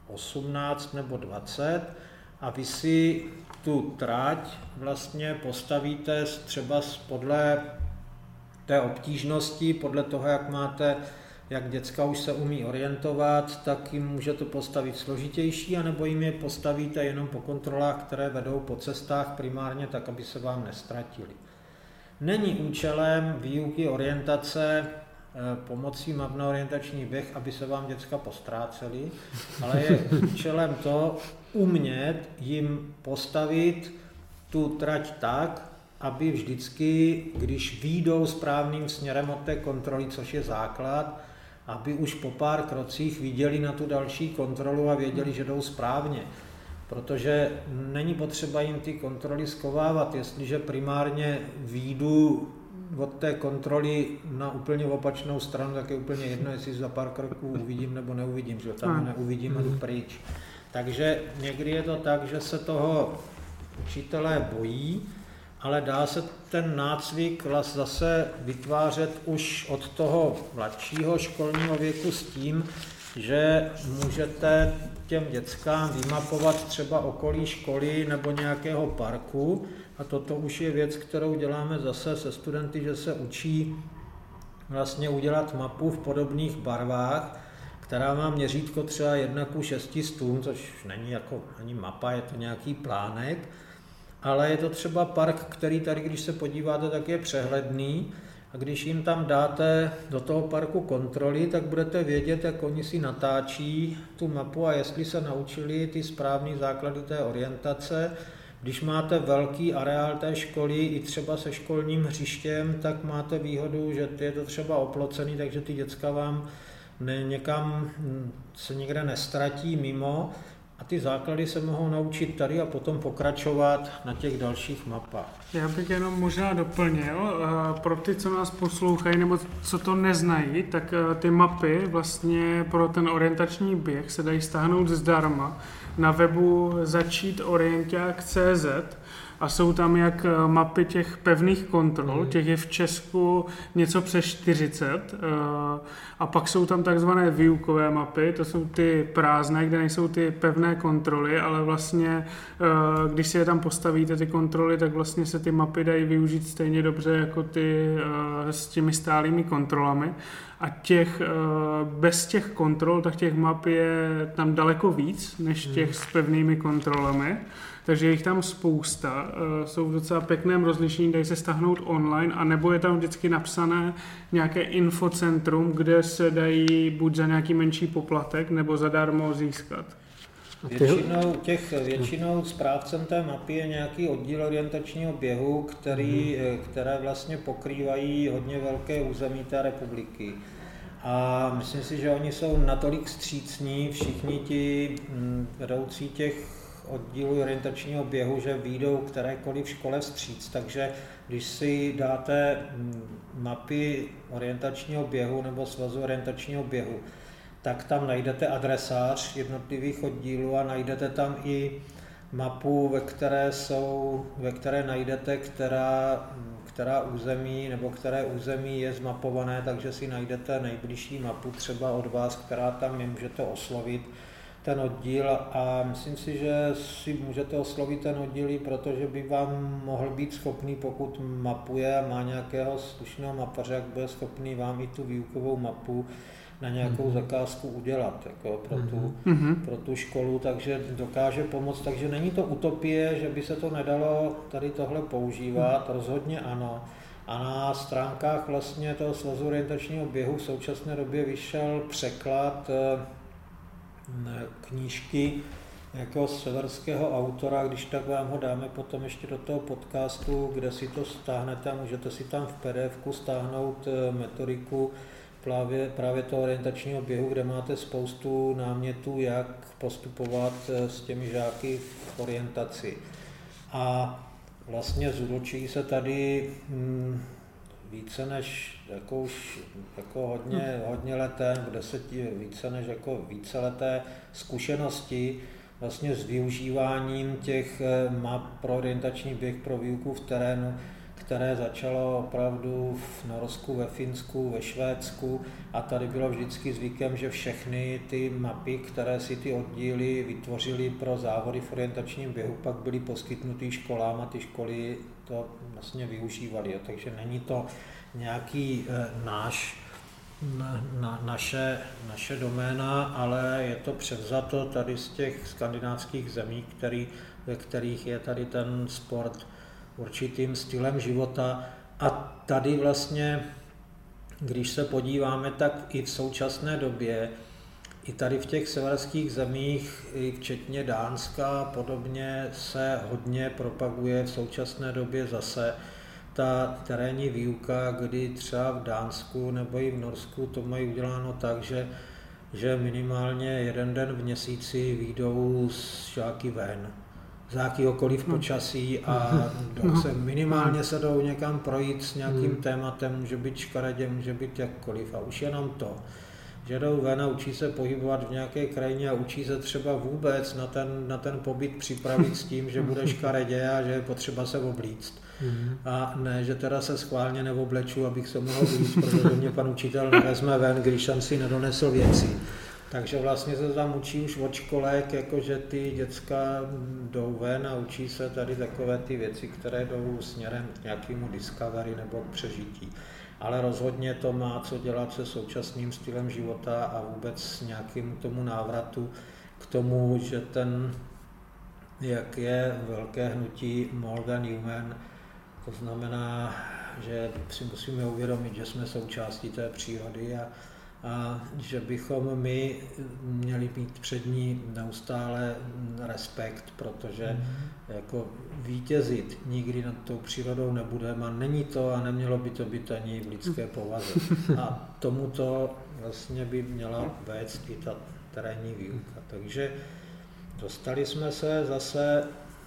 C: 18 nebo 20 a vy si tu trať vlastně postavíte třeba podle té obtížnosti, podle toho, jak děcka už se umí orientovat, tak jim můžete postavit složitější, anebo jim je postavíte jenom po kontrolách, které vedou po cestách primárně tak, aby se vám nestratili. Není účelem výuky orientace pomocí map na orientační běh, aby se vám děcka postráceli, ale je účelem to umět jim postavit tu trať tak, aby vždycky, když výjdou správným směrem od té kontroly, což je základ, aby už po pár krocích viděli na tu další kontrolu a věděli, že jdou správně. Protože není potřeba jim ty kontroly schovávat. Jestliže primárně výjdu od té kontroly na úplně opačnou stranu, tak je úplně jedno, jestli za pár kroků uvidím nebo neuvidím, že tam neuvidím a jdu pryč. Takže někdy je to tak, že se toho učitelé bojí, ale dá se ten nácvik zase vytvářet už od toho mladšího školního věku s tím, že můžete těm dětskám vymapovat třeba okolí školy nebo nějakého parku a toto už je věc, kterou děláme zase se studenty, že se učí vlastně udělat mapu v podobných barvách, která má měřítko třeba 1:600, což není jako ani mapa, je to nějaký plánek, ale je to třeba park, který tady, když se podíváte, tak je přehledný a když jim tam dáte do toho parku kontroly, tak budete vědět, jak oni si natáčí tu mapu a jestli se naučili ty správné základy té orientace. Když máte velký areál té školy i třeba se školním hřištěm, tak máte výhodu, že je to třeba oplocený, takže ty děcka vám někam se někde nestratí mimo a ty základy se mohou naučit tady a potom pokračovat na těch dalších mapách.
A: Já bych jenom možná doplnil, pro ty, co nás poslouchají nebo co to neznají, tak ty mapy vlastně pro ten orientační běh se dají stáhnout zdarma na webu začítorienták.cz a jsou tam jak mapy těch pevných kontrol, těch je v Česku něco přes 40 a pak jsou tam takzvané výukové mapy, to jsou ty prázdné, kde nejsou ty pevné kontroly, ale vlastně když si je tam postavíte ty kontroly, tak vlastně se ty mapy dají využít stejně dobře jako ty s těmi stálými kontrolami a bez těch kontrol, tak těch map je tam daleko víc než těch s pevnými kontrolami. takže je jich tam spousta, jsou v docela pěkném rozlišení, dají se stáhnout online, a nebo je tam vždycky napsané nějaké infocentrum, kde se dají buď za nějaký menší poplatek, nebo zadarmo získat.
C: Většinou správcem té mapy je nějaký oddíl orientačního běhu, které vlastně pokrývají hodně velké území té republiky. A myslím si, že oni jsou natolik vstřícní, všichni ti vedoucí těch oddílů orientačního běhu, že vyjdou kterékoliv škole vstříc. Takže když si dáte mapy orientačního běhu nebo svazu orientačního běhu, tak tam najdete adresář jednotlivých oddílů a najdete tam i mapu, ve které najdete, která území nebo které území je zmapované, takže si najdete nejbližší mapu třeba od vás, která tam je, můžete oslovit ten oddíl, a myslím si, že si můžete oslovit ten oddíl, protože by vám mohl být schopný, pokud mapuje a má nějakého slušného mapaře, jak bude schopný vám i tu výukovou mapu na nějakou zakázku udělat jako pro tu školu, takže dokáže pomoct. Takže není to utopie, že by se to nedalo tady tohle používat, rozhodně ano. A na stránkách vlastně toho svazu orientačního běhu v současné době vyšel překlad knížky jako severského autora, když tak vám ho dáme potom ještě do toho podcastu, kde si to stáhnete a můžete si tam v PDF-ku stáhnout metodiku právě toho orientačního běhu, kde máte spoustu námětů, jak postupovat s těmi žáky v orientaci. A vlastně zúročí se tady více než hodně leté, více než víceleté zkušenosti vlastně s využíváním těch map pro orientační běh pro výuku v terénu, které začalo opravdu v Norsku, ve Finsku, ve Švédsku, a tady bylo vždycky zvykem, že všechny ty mapy, které si ty oddíly vytvořily pro závody v orientačním běhu, pak byly poskytnuty školám a ty školy to vlastně využívaly. Takže není to nějaký naše doména, ale je to převzato tady z těch skandinávských zemí, ve kterých je tady ten sport určitým stylem života. A tady vlastně, když se podíváme, tak i v současné době, i tady v těch severských zemích, i včetně Dánska podobně, se hodně propaguje v současné době zase ta terénní výuka, kdy třeba v Dánsku nebo i v Norsku to mají uděláno tak, že minimálně jeden den v měsíci vyjdou žáky ven z jakýhokoliv počasí a minimálně se jdou někam projít s nějakým tématem, může být škaredě, může být jakkoliv, a už jenom to, že jdou ven a učí se pohybovat v nějaké krajině a učí se třeba vůbec na ten pobyt připravit s tím, že bude škaredě a že je potřeba se oblíct. A ne, že teda se schválně neobleču, abych se mohl oblíct, protože mě pan učitel nevezme ven, když jsem si nedonesl věci. Takže vlastně se tam učí už od školek, jakože ty děcka jdou ven a učí se tady takové ty věci, které jdou směrem k nějakému discovery nebo k přežití. Ale rozhodně to má co dělat se současným stylem života a vůbec s nějakým tomu návratu k tomu, že jak je velké hnutí More than Human, to znamená, že si musíme uvědomit, že jsme součástí té přírody a že bychom my měli mít před ní neustále respekt, protože jako vítězit nikdy nad tou přírodou nebudeme a není to a nemělo by to být ani v lidské povaze. A tomuto vlastně by měla vést i ta terénní výuka. Takže dostali jsme se zase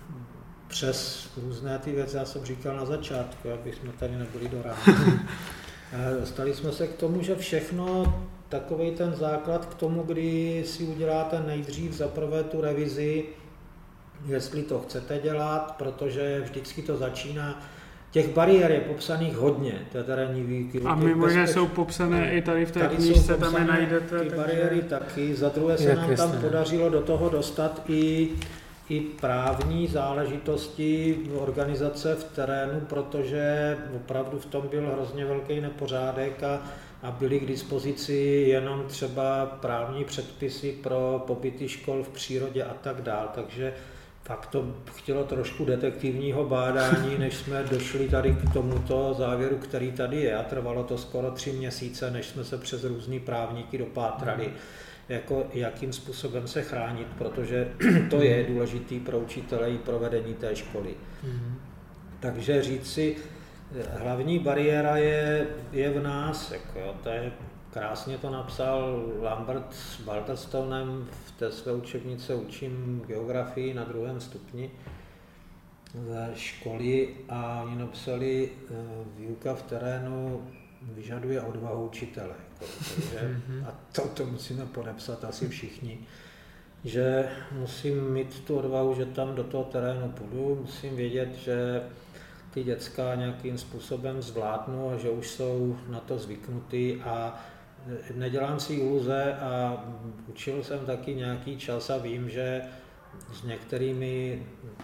C: přes různé ty věci, já jsem říkal na začátku, aby jsme tady nebyli do rána. Dostali jsme se k tomu, že všechno, takovej ten základ k tomu, kdy si uděláte nejdřív zaprvé tu revizi, jestli to chcete dělat, protože vždycky to začíná. Těch bariér je popsaných hodně, té terénní výuky.
A: A mimo, že jsou popsané i tady v té knížce, tam je najdete.
C: Ty bariéry taky, za druhé se nám tam podařilo do toho dostat i právní záležitosti organizace v terénu, protože opravdu v tom byl hrozně velký nepořádek a byly k dispozici jenom třeba právní předpisy pro pobyty škol v přírodě a tak dál. Takže pak to chtělo trošku detektivního bádání, než jsme došli tady k tomuto závěru, který tady je. A trvalo to skoro 3 měsíce, než jsme se přes různý právníky dopátrali, jako jakým způsobem se chránit, protože to je důležitý pro učitele i pro vedení té školy. Takže říct si, hlavní bariéra je v nás, jako jo, to je, krásně to napsal Lambert s Balterstonem v té své učebnice Učím geografii na 2. stupni ze školy a oni napsali, výuka v terénu vyžaduje odvahu učitele. Jako, takže, a to musíme podepsat asi všichni, že musím mít tu odvahu, že tam do toho terénu půjdu, musím vědět, že ty děcka nějakým způsobem zvládnu a že už jsou na to zvyknutý a nedělám si iluze a učil jsem taky nějaký čas a vím, že s některými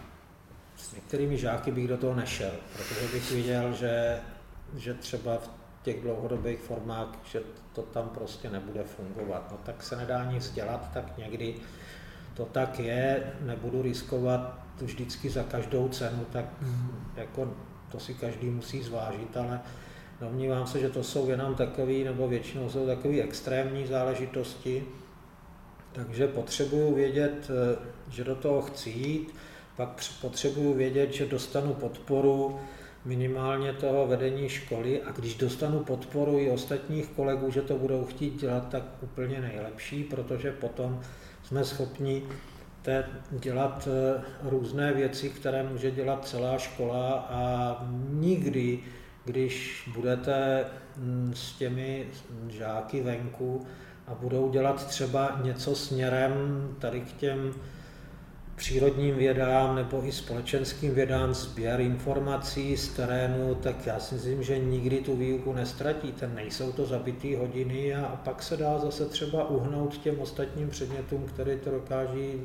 C: žáky bych do toho nešel, protože bych viděl, že třeba v těch dlouhodobých formách, že to tam prostě nebude fungovat. No tak se nedá nic dělat, tak někdy to tak je, nebudu riskovat vždycky za každou cenu, tak jako to si každý musí zvážit, ale domnívám se, že to jsou jenom takový, nebo většinou jsou takové extrémní záležitosti, takže potřebuju vědět, že do toho chci jít, pak potřebuju vědět, že dostanu podporu minimálně toho vedení školy a když dostanu podporu i ostatních kolegů, že to budou chtít dělat, tak úplně nejlepší, protože potom jsme schopni dělat různé věci, které může dělat celá škola a nikdy, když budete s těmi žáky venku a budou dělat třeba něco směrem tady k těm přírodním vědám nebo i společenským vědám, sběr informací z terénu, tak já si myslím, že nikdy tu výuku nestratíte. Nejsou to zabitý hodiny a pak se dá zase třeba uhnout těm ostatním předmětům, které to dokáží,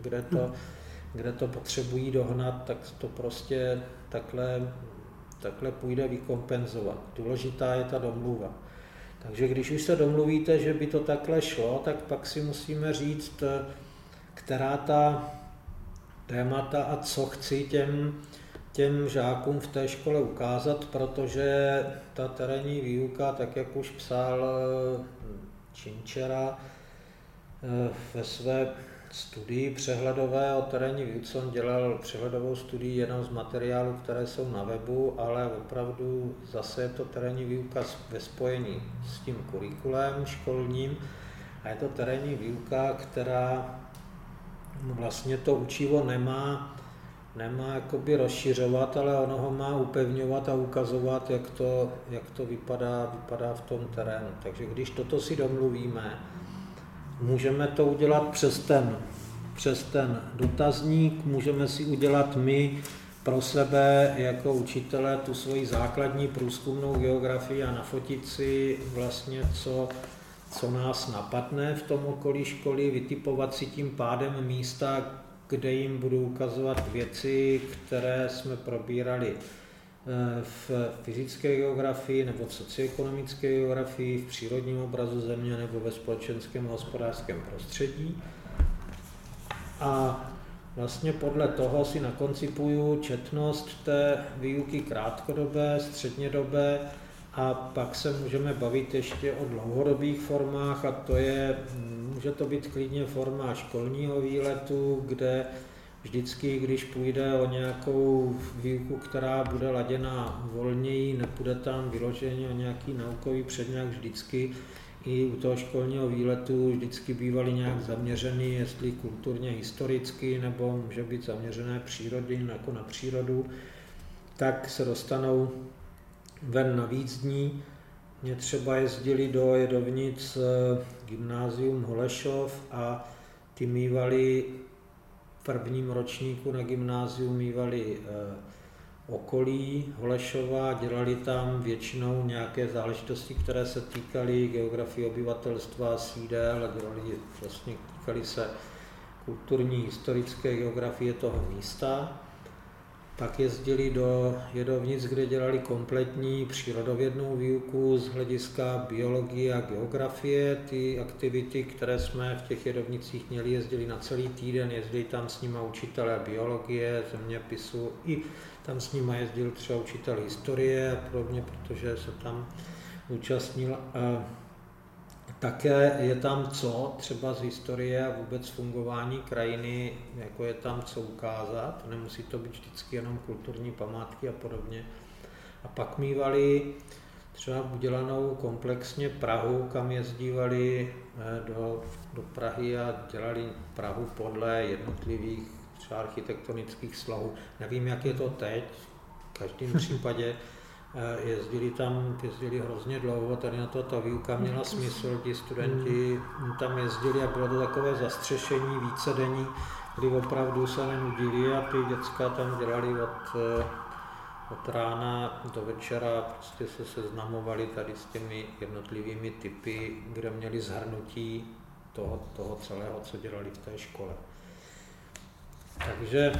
C: kde to potřebují dohnat, tak to prostě takhle půjde vykompenzovat. Důležitá je ta domluva. Takže když už se domluvíte, že by to takhle šlo, tak pak si musíme říct, která ta témata a co chci těm žákům v té škole ukázat, protože ta terénní výuka, tak jak už psal Činčera ve své studii přehledové o terénní výuce, on dělal přehledovou studii jenom z materiálů, které jsou na webu, ale opravdu zase je to terénní výuka ve spojení s tím kurikulem školním a je to terénní výuka, která vlastně to učivo nemá jakoby rozšiřovat, ale ono ho má upevňovat a ukazovat, jak to vypadá v tom terénu. Takže když toto si domluvíme, můžeme to udělat přes ten dotazník, můžeme si udělat my pro sebe jako učitele tu svoji základní průzkumnou geografii a nafotit si vlastně, co nás napadne v tom okolí školy, vytipovat si tím pádem místa, kde jim budu ukazovat věci, které jsme probírali v fyzické geografii nebo v socioekonomické geografii, v přírodním obrazu země nebo ve společenském a hospodářském prostředí. A vlastně podle toho si nakoncipuju četnost té výuky krátkodobé, střednědobé a pak se můžeme bavit ještě o dlouhodobých formách a může to být klidně forma školního výletu, kde vždycky, když půjde o nějakou výuku, která bude laděna volněji, nepůjde tam vyloženě o nějaký naukový předmět, vždycky i u toho školního výletu vždycky bývaly nějak zaměřený, jestli kulturně historicky, nebo může být zaměřené přírody, jako na přírodu, tak se dostanou ven na víc dní. Mě třeba jezdili do Jedovnic gymnázium Holešov a ty mívali v prvním ročníku na gymnáziu mívali okolí Holešova, dělali tam většinou nějaké záležitosti, které se týkaly geografie obyvatelstva, sídel a týkaly se kulturní, historické geografie toho místa. pak jezdili do Jedovnic, kde dělali kompletní přírodovědnou výuku z hlediska biologie a geografie. Ty aktivity, které jsme v těch Jedovnicích měli, jezdili na celý týden, jezdili tam s nimi učitelé biologie, zeměpisu, i tam s nimi jezdil třeba učitel historie a podobně, protože se tam účastnil. Také je tam co, třeba z historie a vůbec fungování krajiny, jako je tam co ukázat, nemusí to být vždycky jenom kulturní památky a podobně. A pak mívali třeba udělanou komplexně Prahu, kam jezdívali do Prahy a dělali Prahu podle jednotlivých třeba architektonických slahů. Nevím, jak je to teď, v každém případě jezdili hrozně dlouho, tady na to ta výuka měla smysl, ti studenti tam jezdili a bylo to takové zastřešení vícedenní, kdy opravdu se nenudili a ty děcka tam dělali od rána do večera, prostě se seznamovali tady s těmi jednotlivými typy, kde měli shrnutí toho celého, co dělali v té škole. Takže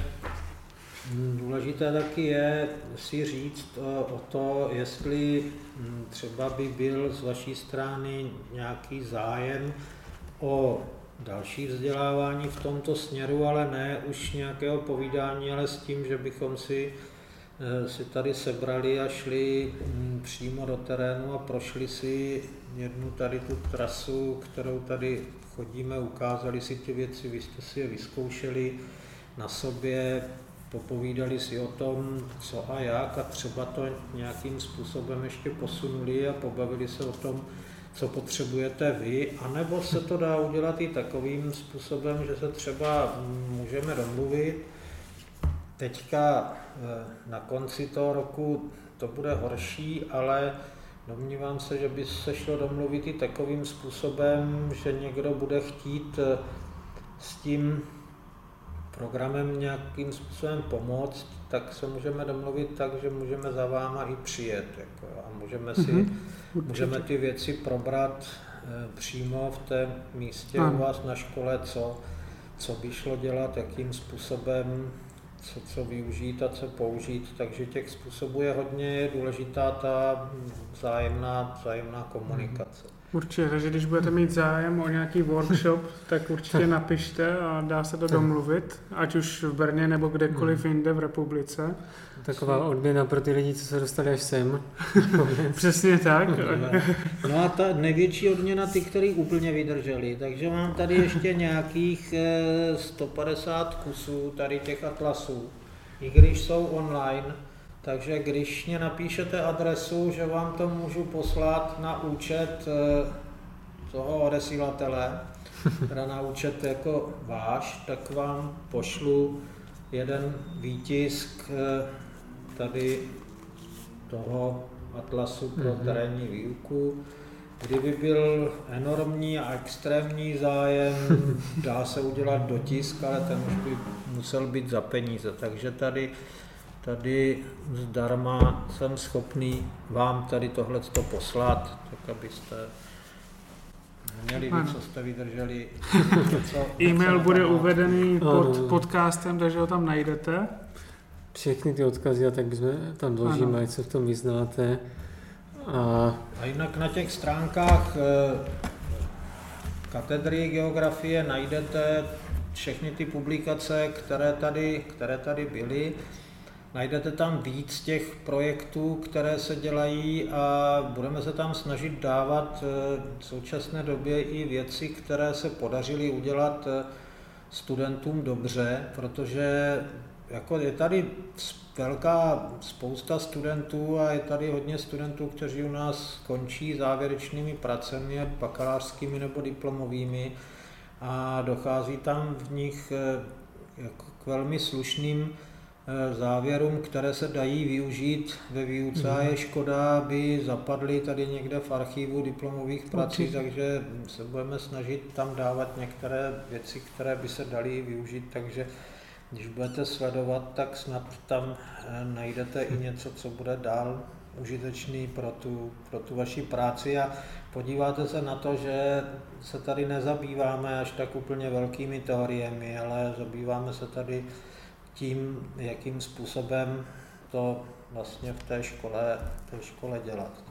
C: důležité taky je si říct o to, jestli třeba by byl z vaší strany nějaký zájem o další vzdělávání v tomto směru, ale ne už nějakého povídání, ale s tím, že bychom si tady sebrali a šli přímo do terénu a prošli si jednu tady tu trasu, kterou tady chodíme, ukázali si ty věci, vy jste si je vyzkoušeli na sobě, popovídali si o tom, co a jak, a třeba to nějakým způsobem ještě posunuli a pobavili se o tom, co potřebujete vy, anebo se to dá udělat i takovým způsobem, že se třeba můžeme domluvit. Teďka na konci toho roku to bude horší, ale domnívám se, že by se šlo domluvit i takovým způsobem, že někdo bude chtít s tím programem nějakým způsobem pomoct, tak se můžeme domluvit tak, že můžeme za váma i přijet. A můžeme ty věci probrat přímo v té místě u vás na škole, co by šlo dělat, jakým způsobem, co využít a co použít. Takže těch způsobů je hodně, je důležitá ta vzájemná komunikace.
A: Určitě, takže když budete mít zájem o nějaký workshop, tak určitě napište a dá se to domluvit, ať už v Brně nebo kdekoliv jinde v republice.
B: Taková odměna pro ty lidi, co se dostali až sem.
A: Přesně tak.
C: No a ta největší odměna ty, kteří úplně vydrželi. Takže mám tady ještě nějakých 150 kusů tady těch atlasů, i když jsou online. Takže když mě napíšete adresu, že vám to můžu poslat na účet toho odesílatele, teda na účet jako váš, tak vám pošlu jeden výtisk tady toho atlasu pro terénní výuku. Kdyby byl enormní a extrémní zájem, dá se udělat dotisk, ale ten už by musel být za peníze. Takže tady zdarma jsem schopný vám tady tohleto poslat, tak abyste měli vy, co jste vydrželi.
A: E-mail bude uvedený pod podcastem, takže ho tam najdete.
B: Všechny ty odkazy a tak bychom tam doložíme, ať se v tom vyznáte.
C: A jinak na těch stránkách katedry geografie najdete všechny ty publikace, které tady byly. Najdete tam víc těch projektů, které se dělají, a budeme se tam snažit dávat v současné době i věci, které se podařily udělat studentům dobře, protože jako je tady velká spousta studentů a je tady hodně studentů, kteří u nás končí závěrečnými pracemi, bakalářskými nebo diplomovými, a dochází tam v nich jako k velmi slušným závěrům, které se dají využít ve výuce, a je škoda, aby zapadly tady někde v archivu diplomových prací, takže se budeme snažit tam dávat některé věci, které by se daly využít, takže když budete sledovat, tak snad tam najdete i něco, co bude dál užitečný pro tu vaši práci, a podíváte se na to, že se tady nezabýváme až tak úplně velkými teoriemi, ale zabýváme se tady tím, jakým způsobem to vlastně v té škole dělat.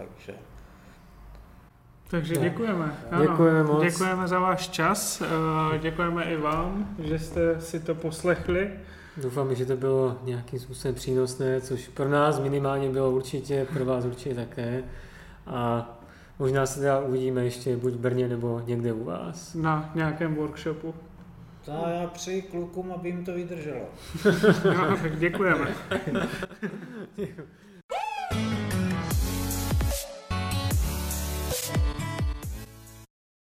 A: Takže děkujeme. Ano,
B: Děkujeme moc.
A: Děkujeme za váš čas, děkujeme i vám, že jste si to poslechli.
B: Doufám, že to bylo nějakým způsobem přínosné, což pro nás minimálně bylo určitě, pro vás určitě také. A možná se teda uvidíme ještě buď v Brně nebo někde u vás.
A: Na nějakém workshopu.
C: Já přeji klukům, aby jim to vydrželo.
A: No, tak děkujeme.
B: Děkuji.